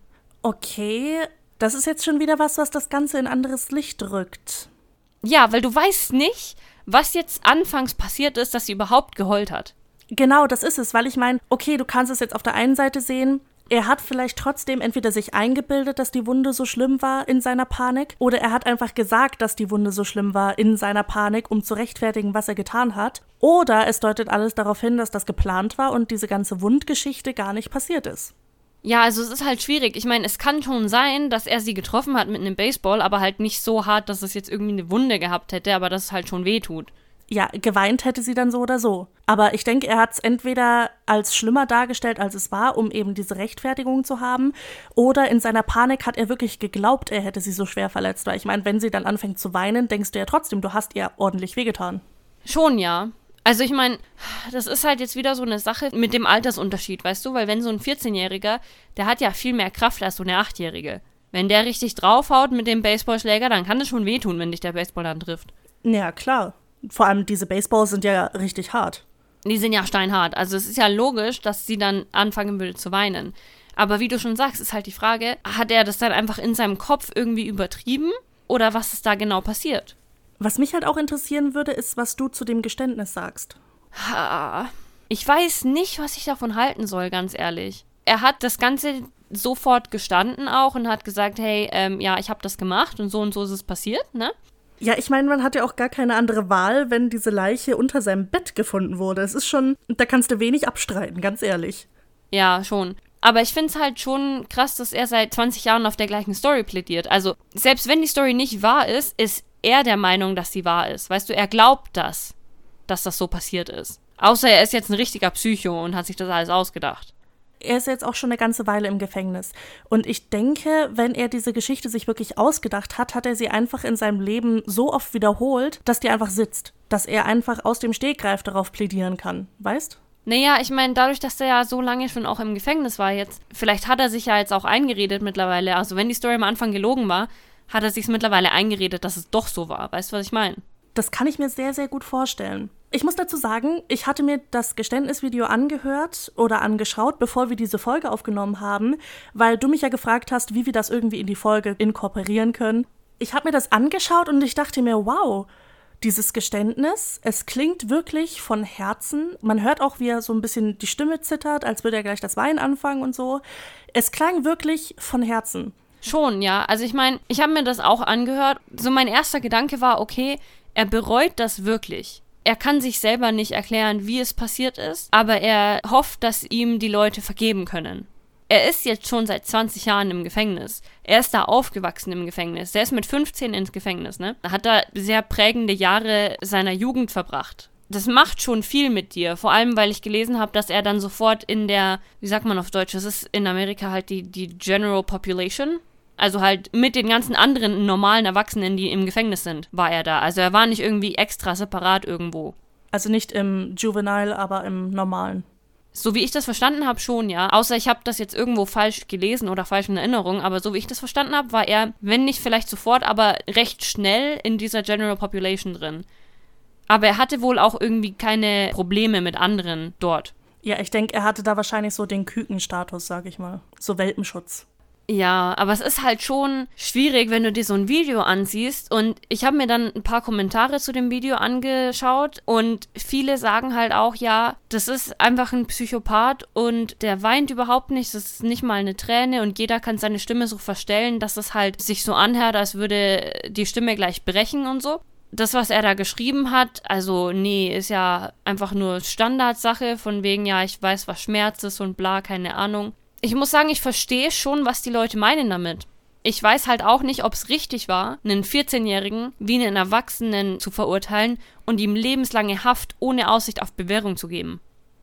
Okay, das ist jetzt schon wieder was das Ganze in anderes Licht rückt. Ja, weil du weißt nicht, was jetzt anfangs passiert ist, dass sie überhaupt geheult hat. Genau, das ist es, weil ich meine, okay, du kannst es jetzt auf der einen Seite sehen, er hat vielleicht trotzdem entweder sich eingebildet, dass die Wunde so schlimm war in seiner Panik, oder er hat einfach gesagt, dass die Wunde so schlimm war in seiner Panik, um zu rechtfertigen, was er getan hat. Oder es deutet alles darauf hin, dass das geplant war und diese ganze Wundgeschichte gar nicht passiert ist. Ja, also es ist halt schwierig. Ich meine, es kann schon sein, dass er sie getroffen hat mit einem Baseball, aber halt nicht so hart, dass es jetzt irgendwie eine Wunde gehabt hätte, aber dass es halt schon weh tut. Ja, geweint hätte sie dann so oder so. Aber ich denke, er hat es entweder als schlimmer dargestellt, als es war, um eben diese Rechtfertigung zu haben, oder in seiner Panik hat er wirklich geglaubt, er hätte sie so schwer verletzt. Weil ich meine, wenn sie dann anfängt zu weinen, denkst du ja trotzdem, du hast ihr ordentlich wehgetan. Schon, ja. Also ich meine, das ist halt jetzt wieder so eine Sache mit dem Altersunterschied, weißt du? Weil wenn so ein 14-Jähriger, der hat ja viel mehr Kraft als so eine 8-Jährige. Wenn der richtig draufhaut mit dem Baseballschläger, dann kann das schon wehtun, wenn dich der Baseball dann trifft. Ja, klar. Vor allem diese Baseballs sind ja richtig hart. Die sind ja steinhart. Also es ist ja logisch, dass sie dann anfangen würde zu weinen. Aber wie du schon sagst, ist halt die Frage, hat er das dann einfach in seinem Kopf irgendwie übertrieben? Oder was ist da genau passiert? Was mich halt auch interessieren würde, ist, was du zu dem Geständnis sagst. Ich weiß nicht, was ich davon halten soll, ganz ehrlich. Er hat das Ganze sofort gestanden auch und hat gesagt, hey, ja, ich habe das gemacht und so ist es passiert, ne? Ja, ich meine, man hat ja auch gar keine andere Wahl, wenn diese Leiche unter seinem Bett gefunden wurde. Es ist schon, da kannst du wenig abstreiten, ganz ehrlich. Ja, schon. Aber ich finde es halt schon krass, dass er seit 20 Jahren auf der gleichen Story plädiert. Also, selbst wenn die Story nicht wahr ist er der Meinung, dass sie wahr ist. Weißt du, er glaubt das, dass das so passiert ist. Außer er ist jetzt ein richtiger Psycho und hat sich das alles ausgedacht. Er ist jetzt auch schon eine ganze Weile im Gefängnis. Und ich denke, wenn er diese Geschichte sich wirklich ausgedacht hat, hat er sie einfach in seinem Leben so oft wiederholt, dass die einfach sitzt. Dass er einfach aus dem Stegreif darauf plädieren kann. Weißt? Naja, ich meine, dadurch, dass er ja so lange schon auch im Gefängnis war jetzt, vielleicht hat er sich ja jetzt auch eingeredet mittlerweile, also wenn die Story am Anfang gelogen war, hat er sich mittlerweile eingeredet, dass es doch so war. Weißt du, was ich meine? Das kann ich mir sehr, sehr gut vorstellen. Ich muss dazu sagen, ich hatte mir das Geständnisvideo angehört oder angeschaut, bevor wir diese Folge aufgenommen haben, weil du mich ja gefragt hast, wie wir das irgendwie in die Folge inkorporieren können. Ich habe mir das angeschaut und ich dachte mir, wow, dieses Geständnis, es klingt wirklich von Herzen. Man hört auch, wie er so ein bisschen die Stimme zittert, als würde er gleich das Weinen anfangen und so. Es klang wirklich von Herzen. Schon, ja. Also ich meine, ich habe mir das auch angehört. So mein erster Gedanke war, okay, er bereut das wirklich. Er kann sich selber nicht erklären, wie es passiert ist, aber er hofft, dass ihm die Leute vergeben können. Er ist jetzt schon seit 20 Jahren im Gefängnis. Er ist da aufgewachsen im Gefängnis. Er ist mit 15 ins Gefängnis, ne? Er hat da sehr prägende Jahre seiner Jugend verbracht. Das macht schon viel mit dir, vor allem, weil ich gelesen habe, dass er dann sofort in der, wie sagt man auf Deutsch, das ist in Amerika halt die General Population, also halt mit den ganzen anderen normalen Erwachsenen, die im Gefängnis sind, war er da. Also er war nicht irgendwie extra separat irgendwo. Also nicht im Juvenile, aber im Normalen. So wie ich das verstanden habe, schon, ja. Außer ich habe das jetzt irgendwo falsch gelesen oder falsch in Erinnerung, aber so wie ich das verstanden habe, war er, wenn nicht vielleicht sofort, aber recht schnell in dieser General Population drin. Aber er hatte wohl auch irgendwie keine Probleme mit anderen dort. Ja, ich denke, er hatte da wahrscheinlich so den Kükenstatus, sag ich mal. So Welpenschutz. Ja, aber es ist halt schon schwierig, wenn du dir so ein Video ansiehst, und ich habe mir dann ein paar Kommentare zu dem Video angeschaut und viele sagen halt auch, ja, das ist einfach ein Psychopath und der weint überhaupt nicht, das ist nicht mal eine Träne und jeder kann seine Stimme so verstellen, dass es halt sich so anhört, als würde die Stimme gleich brechen und so. Das, was er da geschrieben hat, also nee, ist ja einfach nur Standardsache von wegen, ja, ich weiß, was Schmerz ist und bla, keine Ahnung. Ich muss sagen, ich verstehe schon, was die Leute meinen damit. Ich weiß halt auch nicht, ob es richtig war, einen 14-Jährigen wie einen Erwachsenen zu verurteilen und ihm lebenslange Haft ohne Aussicht auf Bewährung zu geben.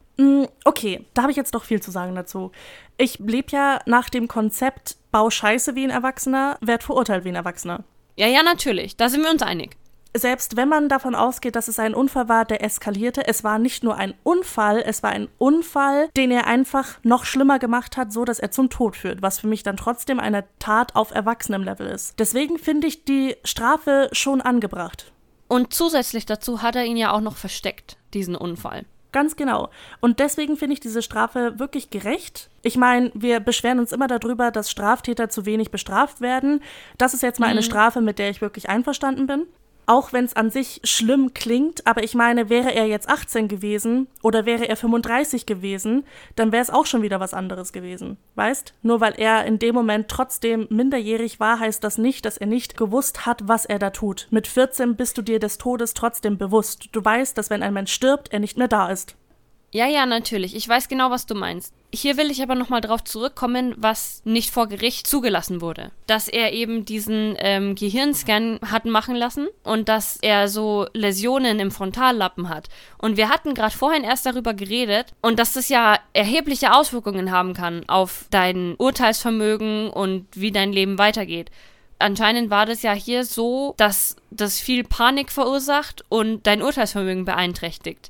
Okay, da habe ich jetzt doch viel zu sagen dazu. Ich lebe ja nach dem Konzept, bau Scheiße wie ein Erwachsener, werd verurteilt wie ein Erwachsener. Ja, natürlich, da sind wir uns einig. Selbst wenn man davon ausgeht, dass es ein Unfall war, der eskalierte, es war nicht nur ein Unfall, es war ein Unfall, den er einfach noch schlimmer gemacht hat, so dass er zum Tod führt, was für mich dann trotzdem eine Tat auf Erwachsenem-Level ist. Deswegen finde ich die Strafe schon angebracht. Und zusätzlich dazu hat er ihn ja auch noch versteckt, diesen Unfall. Ganz genau. Und deswegen finde ich diese Strafe wirklich gerecht. Ich meine, wir beschweren uns immer darüber, dass Straftäter zu wenig bestraft werden. Das ist jetzt mal eine Strafe, mit der ich wirklich einverstanden bin. Auch wenn es an sich schlimm klingt, aber ich meine, wäre er jetzt 18 gewesen oder wäre er 35 gewesen, dann wäre es auch schon wieder was anderes gewesen, weißt? Nur weil er in dem Moment trotzdem minderjährig war, heißt das nicht, dass er nicht gewusst hat, was er da tut. Mit 14 bist du dir des Todes trotzdem bewusst. Du weißt, dass wenn ein Mensch stirbt, er nicht mehr da ist. Ja, natürlich. Ich weiß genau, was du meinst. Hier will ich aber nochmal drauf zurückkommen, was nicht vor Gericht zugelassen wurde. Dass er eben diesen Gehirnscan hat machen lassen und dass er so Läsionen im Frontallappen hat. Und wir hatten gerade vorhin erst darüber geredet und dass das ja erhebliche Auswirkungen haben kann auf dein Urteilsvermögen und wie dein Leben weitergeht. Anscheinend war das ja hier so, dass das viel Panik verursacht und dein Urteilsvermögen beeinträchtigt.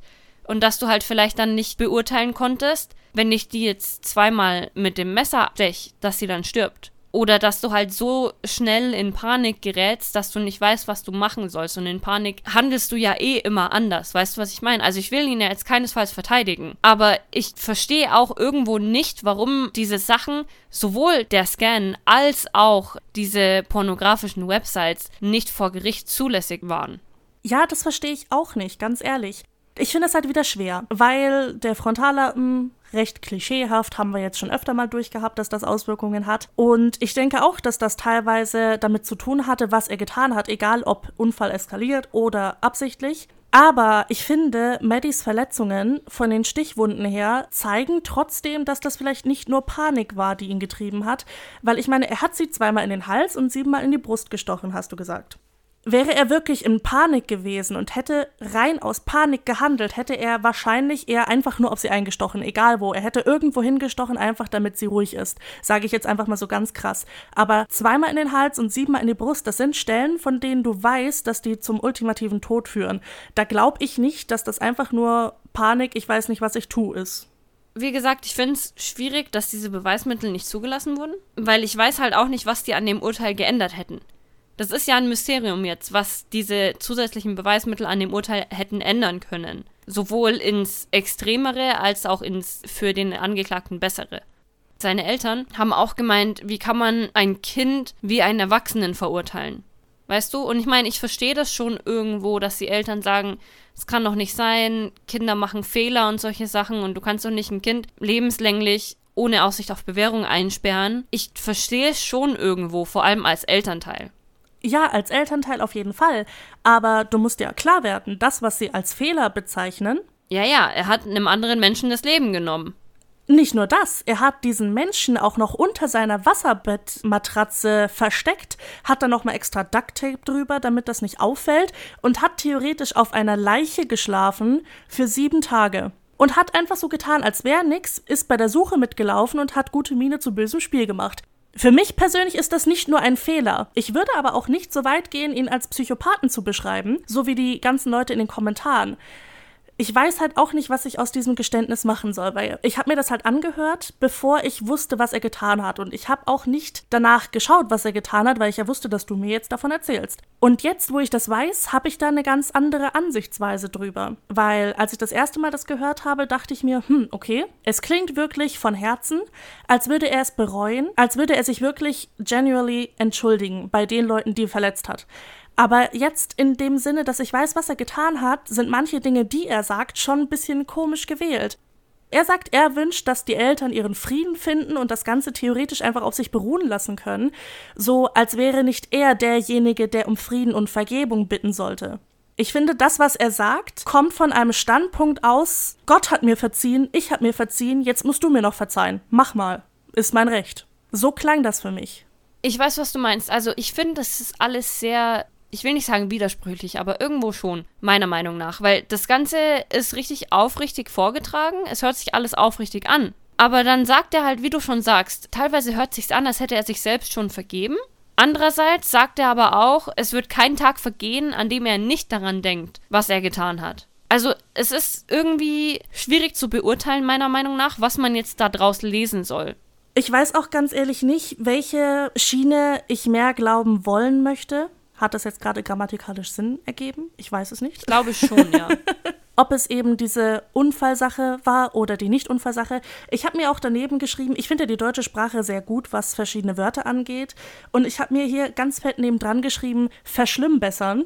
und dass du halt vielleicht dann nicht beurteilen konntest, wenn ich die jetzt zweimal mit dem Messer stech, dass sie dann stirbt. Oder dass du halt so schnell in Panik gerätst, dass du nicht weißt, was du machen sollst. Und in Panik handelst du ja eh immer anders. Weißt du, was ich meine? Also ich will ihn ja jetzt keinesfalls verteidigen. Aber ich verstehe auch irgendwo nicht, warum diese Sachen, sowohl der Scan als auch diese pornografischen Websites, nicht vor Gericht zulässig waren. Ja, das verstehe ich auch nicht, ganz ehrlich. Ich finde es halt wieder schwer, weil der Frontallappen recht klischeehaft, haben wir jetzt schon öfter mal durchgehabt, dass das Auswirkungen hat. Und ich denke auch, dass das teilweise damit zu tun hatte, was er getan hat, egal ob Unfall eskaliert oder absichtlich. Aber ich finde, Maddies Verletzungen von den Stichwunden her zeigen trotzdem, dass das vielleicht nicht nur Panik war, die ihn getrieben hat. Weil ich meine, er hat sie 2-mal in den Hals und 7-mal in die Brust gestochen, hast du gesagt. Wäre er wirklich in Panik gewesen und hätte rein aus Panik gehandelt, hätte er wahrscheinlich eher einfach nur auf sie eingestochen, egal wo. Er hätte irgendwo hingestochen, einfach damit sie ruhig ist. Sage ich jetzt einfach mal so ganz krass. Aber 2-mal in den Hals und 7-mal in die Brust, das sind Stellen, von denen du weißt, dass die zum ultimativen Tod führen. Da glaube ich nicht, dass das einfach nur Panik, ich weiß nicht, was ich tue, ist. Wie gesagt, ich finde es schwierig, dass diese Beweismittel nicht zugelassen wurden, weil ich weiß halt auch nicht, was die an dem Urteil geändert hätten. Das ist ja ein Mysterium jetzt, was diese zusätzlichen Beweismittel an dem Urteil hätten ändern können. Sowohl ins Extremere als auch ins für den Angeklagten Bessere. Seine Eltern haben auch gemeint, wie kann man ein Kind wie einen Erwachsenen verurteilen? Weißt du? Und ich meine, ich verstehe das schon irgendwo, dass die Eltern sagen, es kann doch nicht sein, Kinder machen Fehler und solche Sachen und du kannst doch nicht ein Kind lebenslänglich ohne Aussicht auf Bewährung einsperren. Ich verstehe es schon irgendwo, vor allem als Elternteil. Ja, als Elternteil auf jeden Fall. Aber du musst ja klar werden, das, was sie als Fehler bezeichnen. Ja, er hat einem anderen Menschen das Leben genommen. Nicht nur das, er hat diesen Menschen auch noch unter seiner Wasserbettmatratze versteckt, hat dann nochmal extra Ducktape drüber, damit das nicht auffällt und hat theoretisch auf einer Leiche geschlafen für 7 Tage. Und hat einfach so getan, als wäre nix, ist bei der Suche mitgelaufen und hat gute Miene zu bösem Spiel gemacht. Für mich persönlich ist das nicht nur ein Fehler. Ich würde aber auch nicht so weit gehen, ihn als Psychopathen zu beschreiben, so wie die ganzen Leute in den Kommentaren. Ich weiß halt auch nicht, was ich aus diesem Geständnis machen soll, weil ich habe mir das halt angehört, bevor ich wusste, was er getan hat. Und ich habe auch nicht danach geschaut, was er getan hat, weil ich ja wusste, dass du mir jetzt davon erzählst. Und jetzt, wo ich das weiß, habe ich da eine ganz andere Ansichtsweise drüber. Weil als ich das erste Mal das gehört habe, dachte ich mir, okay, es klingt wirklich von Herzen, als würde er es bereuen, als würde er sich wirklich genuinely entschuldigen bei den Leuten, die er verletzt hat. Aber jetzt in dem Sinne, dass ich weiß, was er getan hat, sind manche Dinge, die er sagt, schon ein bisschen komisch gewählt. Er sagt, er wünscht, dass die Eltern ihren Frieden finden und das Ganze theoretisch einfach auf sich beruhen lassen können, so als wäre nicht er derjenige, der um Frieden und Vergebung bitten sollte. Ich finde, das, was er sagt, kommt von einem Standpunkt aus, Gott hat mir verziehen, ich hab mir verziehen, jetzt musst du mir noch verzeihen. Mach mal. Ist mein Recht. So klang das für mich. Ich weiß, was du meinst. Also ich finde, das ist alles sehr, ich will nicht sagen widersprüchlich, aber irgendwo schon, meiner Meinung nach. Weil das Ganze ist richtig aufrichtig vorgetragen, es hört sich alles aufrichtig an. Aber dann sagt er halt, wie du schon sagst, teilweise hört sich's an, als hätte er sich selbst schon vergeben. Andererseits sagt er aber auch, es wird kein Tag vergehen, an dem er nicht daran denkt, was er getan hat. Also es ist irgendwie schwierig zu beurteilen, meiner Meinung nach, was man jetzt da draus lesen soll. Ich weiß auch ganz ehrlich nicht, welche Schiene ich mehr glauben wollen möchte. Hat das jetzt gerade grammatikalisch Sinn ergeben? Ich weiß es nicht. Ich glaube schon, ja. Ob es eben diese Unfallsache war oder die Nicht-Unfallsache. Ich habe mir auch daneben geschrieben, ich finde die deutsche Sprache sehr gut, was verschiedene Wörter angeht. Und ich habe mir hier ganz fett nebendran geschrieben, verschlimmbessern.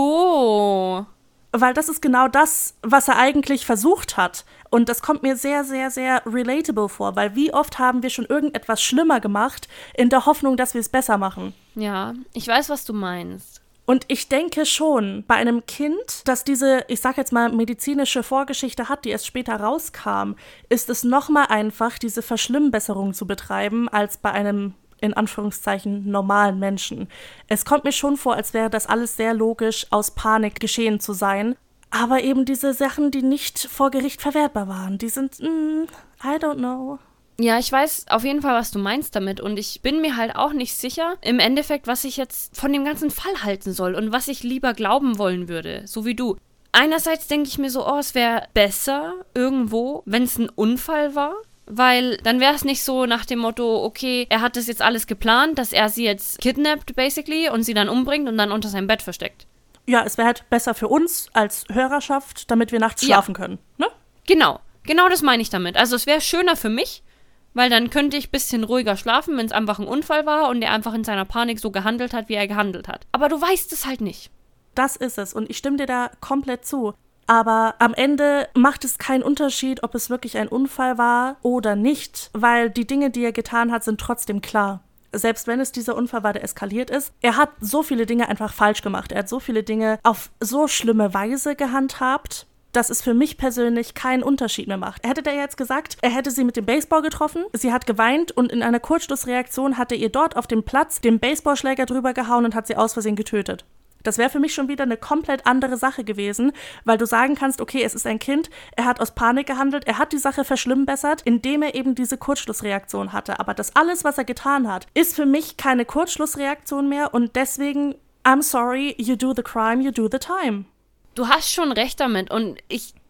Oh. Weil das ist genau das, was er eigentlich versucht hat. Und das kommt mir sehr, sehr, sehr relatable vor, weil wie oft haben wir schon irgendetwas schlimmer gemacht, in der Hoffnung, dass wir es besser machen. Ja, ich weiß, was du meinst. Und ich denke schon, bei einem Kind, das diese, ich sag jetzt mal, medizinische Vorgeschichte hat, die erst später rauskam, ist es nochmal einfach, diese Verschlimmbesserung zu betreiben, als bei einem, in Anführungszeichen, normalen Menschen. Es kommt mir schon vor, als wäre das alles sehr logisch aus Panik geschehen zu sein. Aber eben diese Sachen, die nicht vor Gericht verwertbar waren, die sind, I don't know. Ja, ich weiß auf jeden Fall, was du meinst damit und ich bin mir halt auch nicht sicher, im Endeffekt, was ich jetzt von dem ganzen Fall halten soll und was ich lieber glauben wollen würde, so wie du. einerseits denke ich mir so, es wäre besser irgendwo, wenn es ein Unfall war. Weil dann wäre es nicht so nach dem Motto, okay, er hat das jetzt alles geplant, dass er sie jetzt kidnappt, basically, und sie dann umbringt und dann unter seinem Bett versteckt. Ja, es wäre halt besser für uns als Hörerschaft, damit wir nachts schlafen können, ne? Genau das meine ich damit. Also es wäre schöner für mich, weil dann könnte ich ein bisschen ruhiger schlafen, wenn es einfach ein Unfall war und er einfach in seiner Panik so gehandelt hat, wie er gehandelt hat. Aber du weißt es halt nicht. Das ist es und ich stimme dir da komplett zu. Aber am Ende macht es keinen Unterschied, ob es wirklich ein Unfall war oder nicht, weil die Dinge, die er getan hat, sind trotzdem klar. Selbst wenn es dieser Unfall war, der eskaliert ist, er hat so viele Dinge einfach falsch gemacht. Er hat so viele Dinge auf so schlimme Weise gehandhabt, dass es für mich persönlich keinen Unterschied mehr macht. Hätte der jetzt gesagt, er hätte sie mit dem Baseball getroffen, sie hat geweint und in einer Kurzschlussreaktion hat er ihr dort auf dem Platz den Baseballschläger drüber gehauen und hat sie aus Versehen getötet. Das wäre für mich schon wieder eine komplett andere Sache gewesen, weil du sagen kannst, okay, es ist ein Kind, er hat aus Panik gehandelt, er hat die Sache verschlimmbessert, indem er eben diese Kurzschlussreaktion hatte. Aber das alles, was er getan hat, ist für mich keine Kurzschlussreaktion mehr und deswegen, I'm sorry, you do the crime, you do the time. Du hast schon recht damit und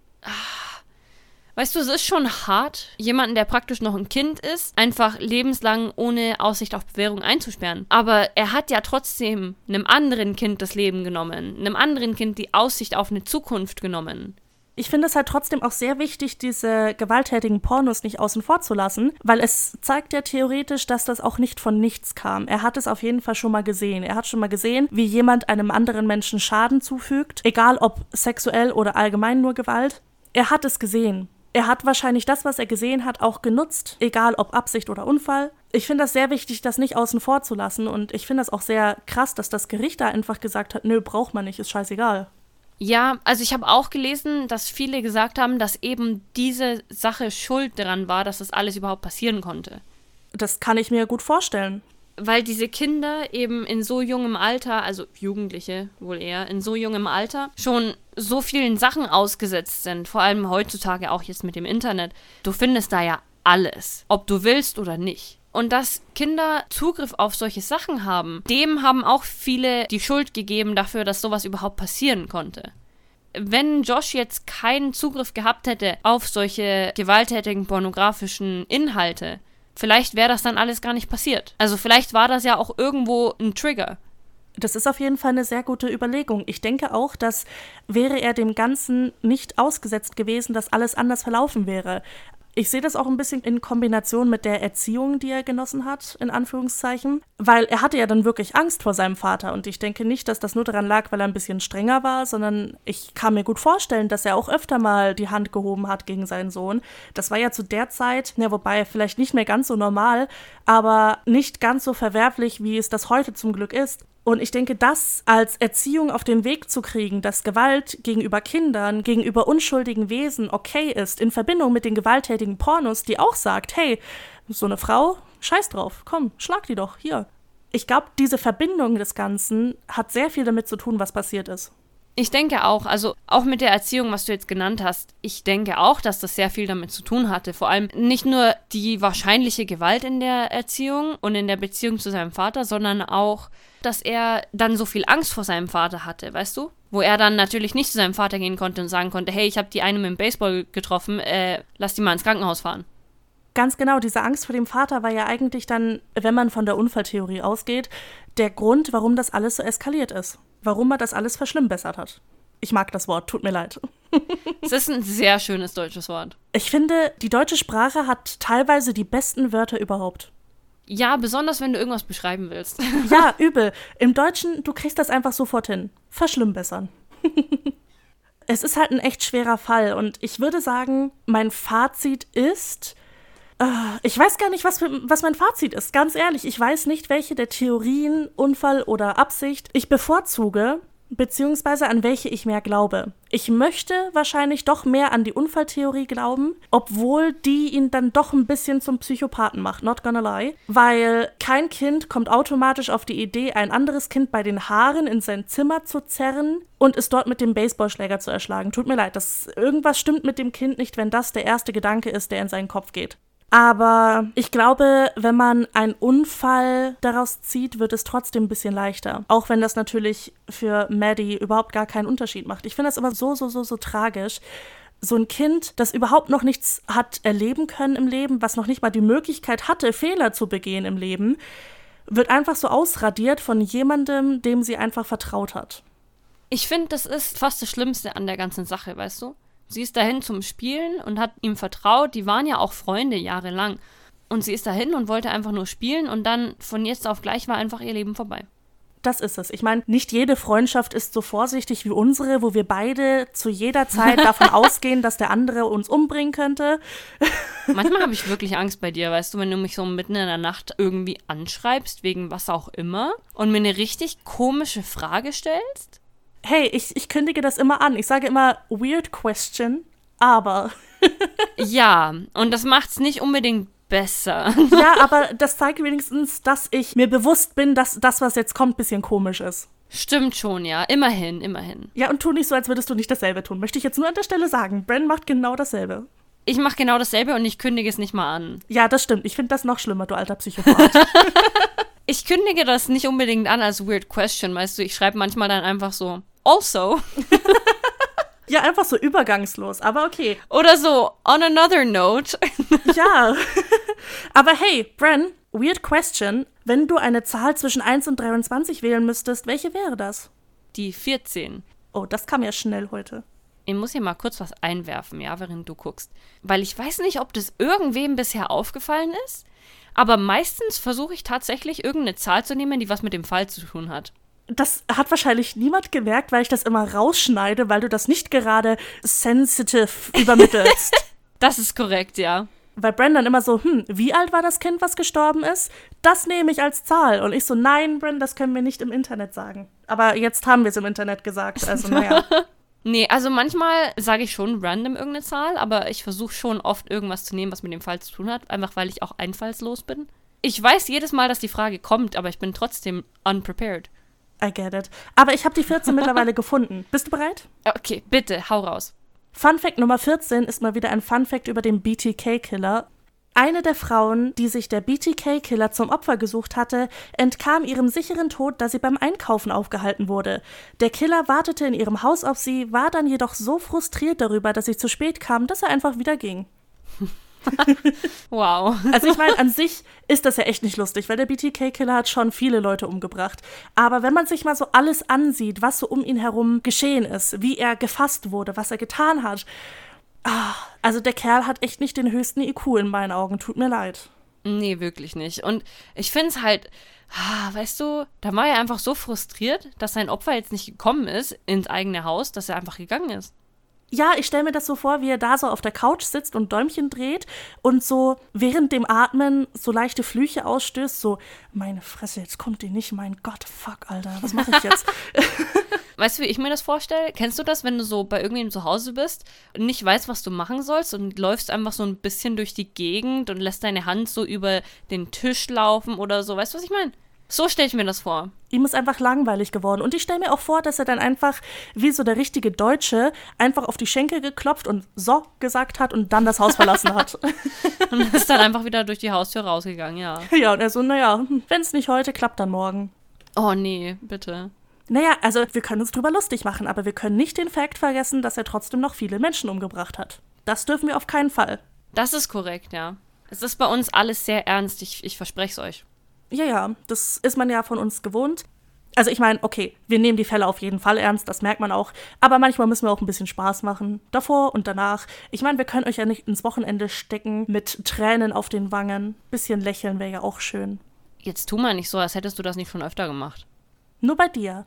weißt du, es ist schon hart, jemanden, der praktisch noch ein Kind ist, einfach lebenslang ohne Aussicht auf Bewährung einzusperren. Aber er hat ja trotzdem einem anderen Kind das Leben genommen, einem anderen Kind die Aussicht auf eine Zukunft genommen. Ich finde es halt trotzdem auch sehr wichtig, diese gewalttätigen Pornos nicht außen vor zu lassen, weil es zeigt ja theoretisch, dass das auch nicht von nichts kam. Er hat es auf jeden Fall schon mal gesehen. Er hat schon mal gesehen, wie jemand einem anderen Menschen Schaden zufügt, egal ob sexuell oder allgemein nur Gewalt. Er hat es gesehen. Er hat wahrscheinlich das, was er gesehen hat, auch genutzt, egal ob Absicht oder Unfall. Ich finde das sehr wichtig, das nicht außen vor zu lassen und ich finde das auch sehr krass, dass das Gericht da einfach gesagt hat, nö, braucht man nicht, ist scheißegal. Ja, also ich habe auch gelesen, dass viele gesagt haben, dass eben diese Sache schuld daran war, dass das alles überhaupt passieren konnte. Das kann ich mir gut vorstellen. Weil diese Kinder eben in so jungem Alter, also Jugendliche wohl eher, in so jungem Alter schon so vielen Sachen ausgesetzt sind, vor allem heutzutage auch jetzt mit dem Internet. Du findest da ja alles, ob du willst oder nicht. Und dass Kinder Zugriff auf solche Sachen haben, dem haben auch viele die Schuld gegeben dafür, dass sowas überhaupt passieren konnte. Wenn Josh jetzt keinen Zugriff gehabt hätte auf solche gewalttätigen pornografischen Inhalte, vielleicht wäre das dann alles gar nicht passiert. Also vielleicht war das ja auch irgendwo ein Trigger. Das ist auf jeden Fall eine sehr gute Überlegung. Ich denke auch, dass wäre er dem Ganzen nicht ausgesetzt gewesen, dass alles anders verlaufen wäre. Ich sehe das auch ein bisschen in Kombination mit der Erziehung, die er genossen hat, in Anführungszeichen. Weil er hatte ja dann wirklich Angst vor seinem Vater. Und ich denke nicht, dass das nur daran lag, weil er ein bisschen strenger war, sondern ich kann mir gut vorstellen, dass er auch öfter mal die Hand gehoben hat gegen seinen Sohn. Das war ja zu der Zeit, wobei vielleicht nicht mehr ganz so normal, aber nicht ganz so verwerflich, wie es das heute zum Glück ist. Und ich denke, das als Erziehung auf den Weg zu kriegen, dass Gewalt gegenüber Kindern, gegenüber unschuldigen Wesen okay ist, in Verbindung mit den gewalttätigen Pornos, die auch sagt, hey, so eine Frau, scheiß drauf, komm, schlag die doch, hier. Ich glaube, diese Verbindung des Ganzen hat sehr viel damit zu tun, was passiert ist. Ich denke auch, also auch mit der Erziehung, was du jetzt genannt hast, ich denke auch, dass das sehr viel damit zu tun hatte. Vor allem nicht nur die wahrscheinliche Gewalt in der Erziehung und in der Beziehung zu seinem Vater, sondern auch, dass er dann so viel Angst vor seinem Vater hatte, weißt du? Wo er dann natürlich nicht zu seinem Vater gehen konnte und sagen konnte, hey, ich habe die eine mit dem Baseball getroffen, lass die mal ins Krankenhaus fahren. Ganz genau, diese Angst vor dem Vater war ja eigentlich dann, wenn man von der Unfalltheorie ausgeht, der Grund, warum das alles so eskaliert ist. Warum er das alles verschlimmbessert hat. Ich mag das Wort, tut mir leid. Es ist ein sehr schönes deutsches Wort. Ich finde, die deutsche Sprache hat teilweise die besten Wörter überhaupt. Ja, besonders wenn du irgendwas beschreiben willst. Ja, übel. Im Deutschen, du kriegst das einfach sofort hin. Verschlimmbessern. Es ist halt ein echt schwerer Fall und ich würde sagen, mein Fazit ist... Ich weiß gar nicht, was mein Fazit ist. Ganz ehrlich, ich weiß nicht, welche der Theorien, Unfall oder Absicht ich bevorzuge, beziehungsweise an welche ich mehr glaube. Ich möchte wahrscheinlich doch mehr an die Unfalltheorie glauben, obwohl die ihn dann doch ein bisschen zum Psychopathen macht, not gonna lie. Weil kein Kind kommt automatisch auf die Idee, ein anderes Kind bei den Haaren in sein Zimmer zu zerren und es dort mit dem Baseballschläger zu erschlagen. Tut mir leid, irgendwas stimmt mit dem Kind nicht, wenn das der erste Gedanke ist, der in seinen Kopf geht. Aber ich glaube, wenn man einen Unfall daraus zieht, wird es trotzdem ein bisschen leichter. Auch wenn das natürlich für Maddie überhaupt gar keinen Unterschied macht. Ich finde das immer so tragisch. So ein Kind, das überhaupt noch nichts hat erleben können im Leben, was noch nicht mal die Möglichkeit hatte, Fehler zu begehen im Leben, wird einfach so ausradiert von jemandem, dem sie einfach vertraut hat. Ich finde, das ist fast das Schlimmste an der ganzen Sache, weißt du? Sie ist dahin zum Spielen und hat ihm vertraut. Die waren ja auch Freunde jahrelang. Und sie ist dahin und wollte einfach nur spielen und dann von jetzt auf gleich war einfach ihr Leben vorbei. Das ist es. Ich meine, nicht jede Freundschaft ist so vorsichtig wie unsere, wo wir beide zu jeder Zeit davon ausgehen, dass der andere uns umbringen könnte. Manchmal habe ich wirklich Angst bei dir, weißt du, wenn du mich so mitten in der Nacht irgendwie anschreibst, wegen was auch immer, und mir eine richtig komische Frage stellst. Hey, ich kündige das immer an. Ich sage immer, weird question, aber. Ja, und das macht's nicht unbedingt besser. Ja, aber das zeigt wenigstens, dass ich mir bewusst bin, dass das, was jetzt kommt, ein bisschen komisch ist. Stimmt schon, ja. Immerhin. Ja, und tu nicht so, als würdest du nicht dasselbe tun. Möchte ich jetzt nur an der Stelle sagen. Bren macht genau dasselbe. Ich mache genau dasselbe und ich kündige es nicht mal an. Ja, das stimmt. Ich finde das noch schlimmer, du alter Psychopath. Ich kündige das nicht unbedingt an als weird question, weißt du. Ich schreibe manchmal dann einfach so, also. Ja, einfach so übergangslos, aber okay. Oder so, on another note. Ja. Aber hey, Bren, weird question. Wenn du eine Zahl zwischen 1 und 23 wählen müsstest, welche wäre das? Die 14. Oh, das kam ja schnell heute. Ich muss hier mal kurz was einwerfen, ja, während du guckst. Weil ich weiß nicht, ob das irgendwem bisher aufgefallen ist, aber meistens versuche ich tatsächlich irgendeine Zahl zu nehmen, die was mit dem Fall zu tun hat. Das hat wahrscheinlich niemand gemerkt, weil ich das immer rausschneide, weil du das nicht gerade sensitive übermittelst. Das ist korrekt, ja. Weil Bren dann immer so, wie alt war das Kind, was gestorben ist? Das nehme ich als Zahl. Und ich so, nein, Bren, das können wir nicht im Internet sagen. Aber jetzt haben wir es im Internet gesagt, also naja. Nee, also manchmal sage ich schon random irgendeine Zahl, aber ich versuche schon oft irgendwas zu nehmen, was mit dem Fall zu tun hat, einfach weil ich auch einfallslos bin. Ich weiß jedes Mal, dass die Frage kommt, aber ich bin trotzdem unprepared. I get it. Aber ich habe die 14 mittlerweile gefunden. Bist du bereit? Okay, bitte, hau raus. Fun Fact Nummer 14 ist mal wieder ein Fun Fact über den BTK-Killer. Eine der Frauen, die sich der BTK-Killer zum Opfer gesucht hatte, entkam ihrem sicheren Tod, da sie beim Einkaufen aufgehalten wurde. Der Killer wartete in ihrem Haus auf sie, war dann jedoch so frustriert darüber, dass sie zu spät kam, dass er einfach wieder ging. Wow. Also ich meine, an sich ist das ja echt nicht lustig, weil der BTK-Killer hat schon viele Leute umgebracht. Aber wenn man sich mal so alles ansieht, was so um ihn herum geschehen ist, wie er gefasst wurde, was er getan hat, also der Kerl hat echt nicht den höchsten IQ in meinen Augen, tut mir leid. Nee, wirklich nicht. Und ich finde es halt, weißt du, da war er einfach so frustriert, dass sein Opfer jetzt nicht gekommen ist ins eigene Haus, dass er einfach gegangen ist. Ja, ich stelle mir das so vor, wie er da so auf der Couch sitzt und Däumchen dreht und so während dem Atmen so leichte Flüche ausstößt, so, meine Fresse, jetzt kommt die nicht, mein Gott, fuck, Alter, was mache ich jetzt? Weißt du, wie ich mir das vorstelle? Kennst du das, wenn du so bei irgendjemandem zu Hause bist und nicht weißt, was du machen sollst und läufst einfach so ein bisschen durch die Gegend und lässt deine Hand so über den Tisch laufen oder so, weißt du, was ich meine? So stelle ich mir das vor. Ihm ist einfach langweilig geworden. Und ich stelle mir auch vor, dass er dann einfach, wie so der richtige Deutsche, einfach auf die Schenkel geklopft und so gesagt hat und dann das Haus verlassen hat. Und ist dann einfach wieder durch die Haustür rausgegangen, ja. Ja, und er so, naja, wenn es nicht heute, klappt dann morgen. Oh nee, bitte. Naja, also wir können uns drüber lustig machen, aber wir können nicht den Fakt vergessen, dass er trotzdem noch viele Menschen umgebracht hat. Das dürfen wir auf keinen Fall. Das ist korrekt, ja. Es ist bei uns alles sehr ernst, ich verspreche es euch. Ja, das ist man ja von uns gewohnt. Also ich meine, okay, wir nehmen die Fälle auf jeden Fall ernst, das merkt man auch. Aber manchmal müssen wir auch ein bisschen Spaß machen. Davor und danach. Ich meine, wir können euch ja nicht ins Wochenende stecken mit Tränen auf den Wangen. Bisschen lächeln wäre ja auch schön. Jetzt tu mal nicht so, als hättest du das nicht schon öfter gemacht. Nur bei dir.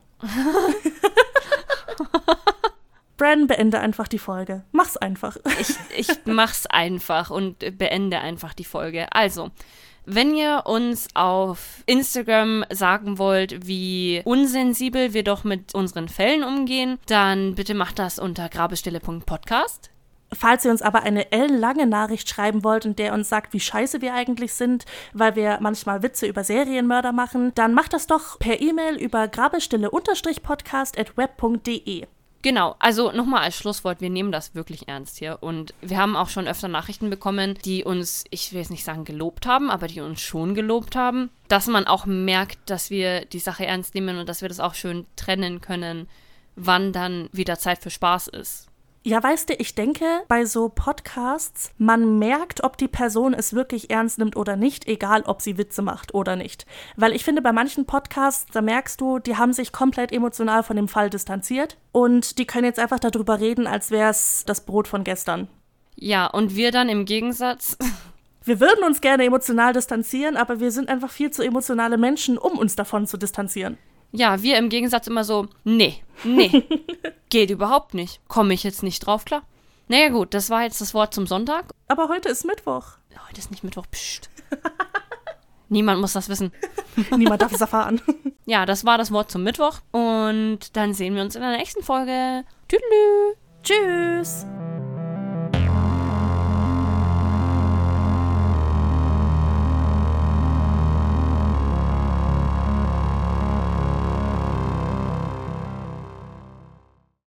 Bren, beende einfach die Folge. Mach's einfach. Ich mach's einfach und beende einfach die Folge. Also, wenn ihr uns auf Instagram sagen wollt, wie unsensibel wir doch mit unseren Fällen umgehen, dann bitte macht das unter grabestille.podcast. Falls ihr uns aber eine ellenlange Nachricht schreiben wollt, in der uns sagt, wie scheiße wir eigentlich sind, weil wir manchmal Witze über Serienmörder machen, dann macht das doch per E-Mail über grabestille_podcast@web.de. Genau, also nochmal als Schlusswort, wir nehmen das wirklich ernst hier und wir haben auch schon öfter Nachrichten bekommen, die uns, ich will jetzt nicht sagen gelobt haben, aber die uns schon gelobt haben, dass man auch merkt, dass wir die Sache ernst nehmen und dass wir das auch schön trennen können, wann dann wieder Zeit für Spaß ist. Ja, weißt du, ich denke, bei so Podcasts, man merkt, ob die Person es wirklich ernst nimmt oder nicht, egal ob sie Witze macht oder nicht. Weil ich finde, bei manchen Podcasts, da merkst du, die haben sich komplett emotional von dem Fall distanziert und die können jetzt einfach darüber reden, als wäre es das Brot von gestern. Ja, und wir dann im Gegensatz... Wir würden uns gerne emotional distanzieren, aber wir sind einfach viel zu emotionale Menschen, um uns davon zu distanzieren. Ja, wir im Gegensatz immer so, nee, geht überhaupt nicht. Komme ich jetzt nicht drauf, klar. Naja gut, das war jetzt das Wort zum Sonntag. Aber heute ist Mittwoch. Heute ist nicht Mittwoch, pst. Niemand muss das wissen. Niemand darf es erfahren. Ja, das war das Wort zum Mittwoch und dann sehen wir uns in der nächsten Folge. Tüdelü. Tschüss.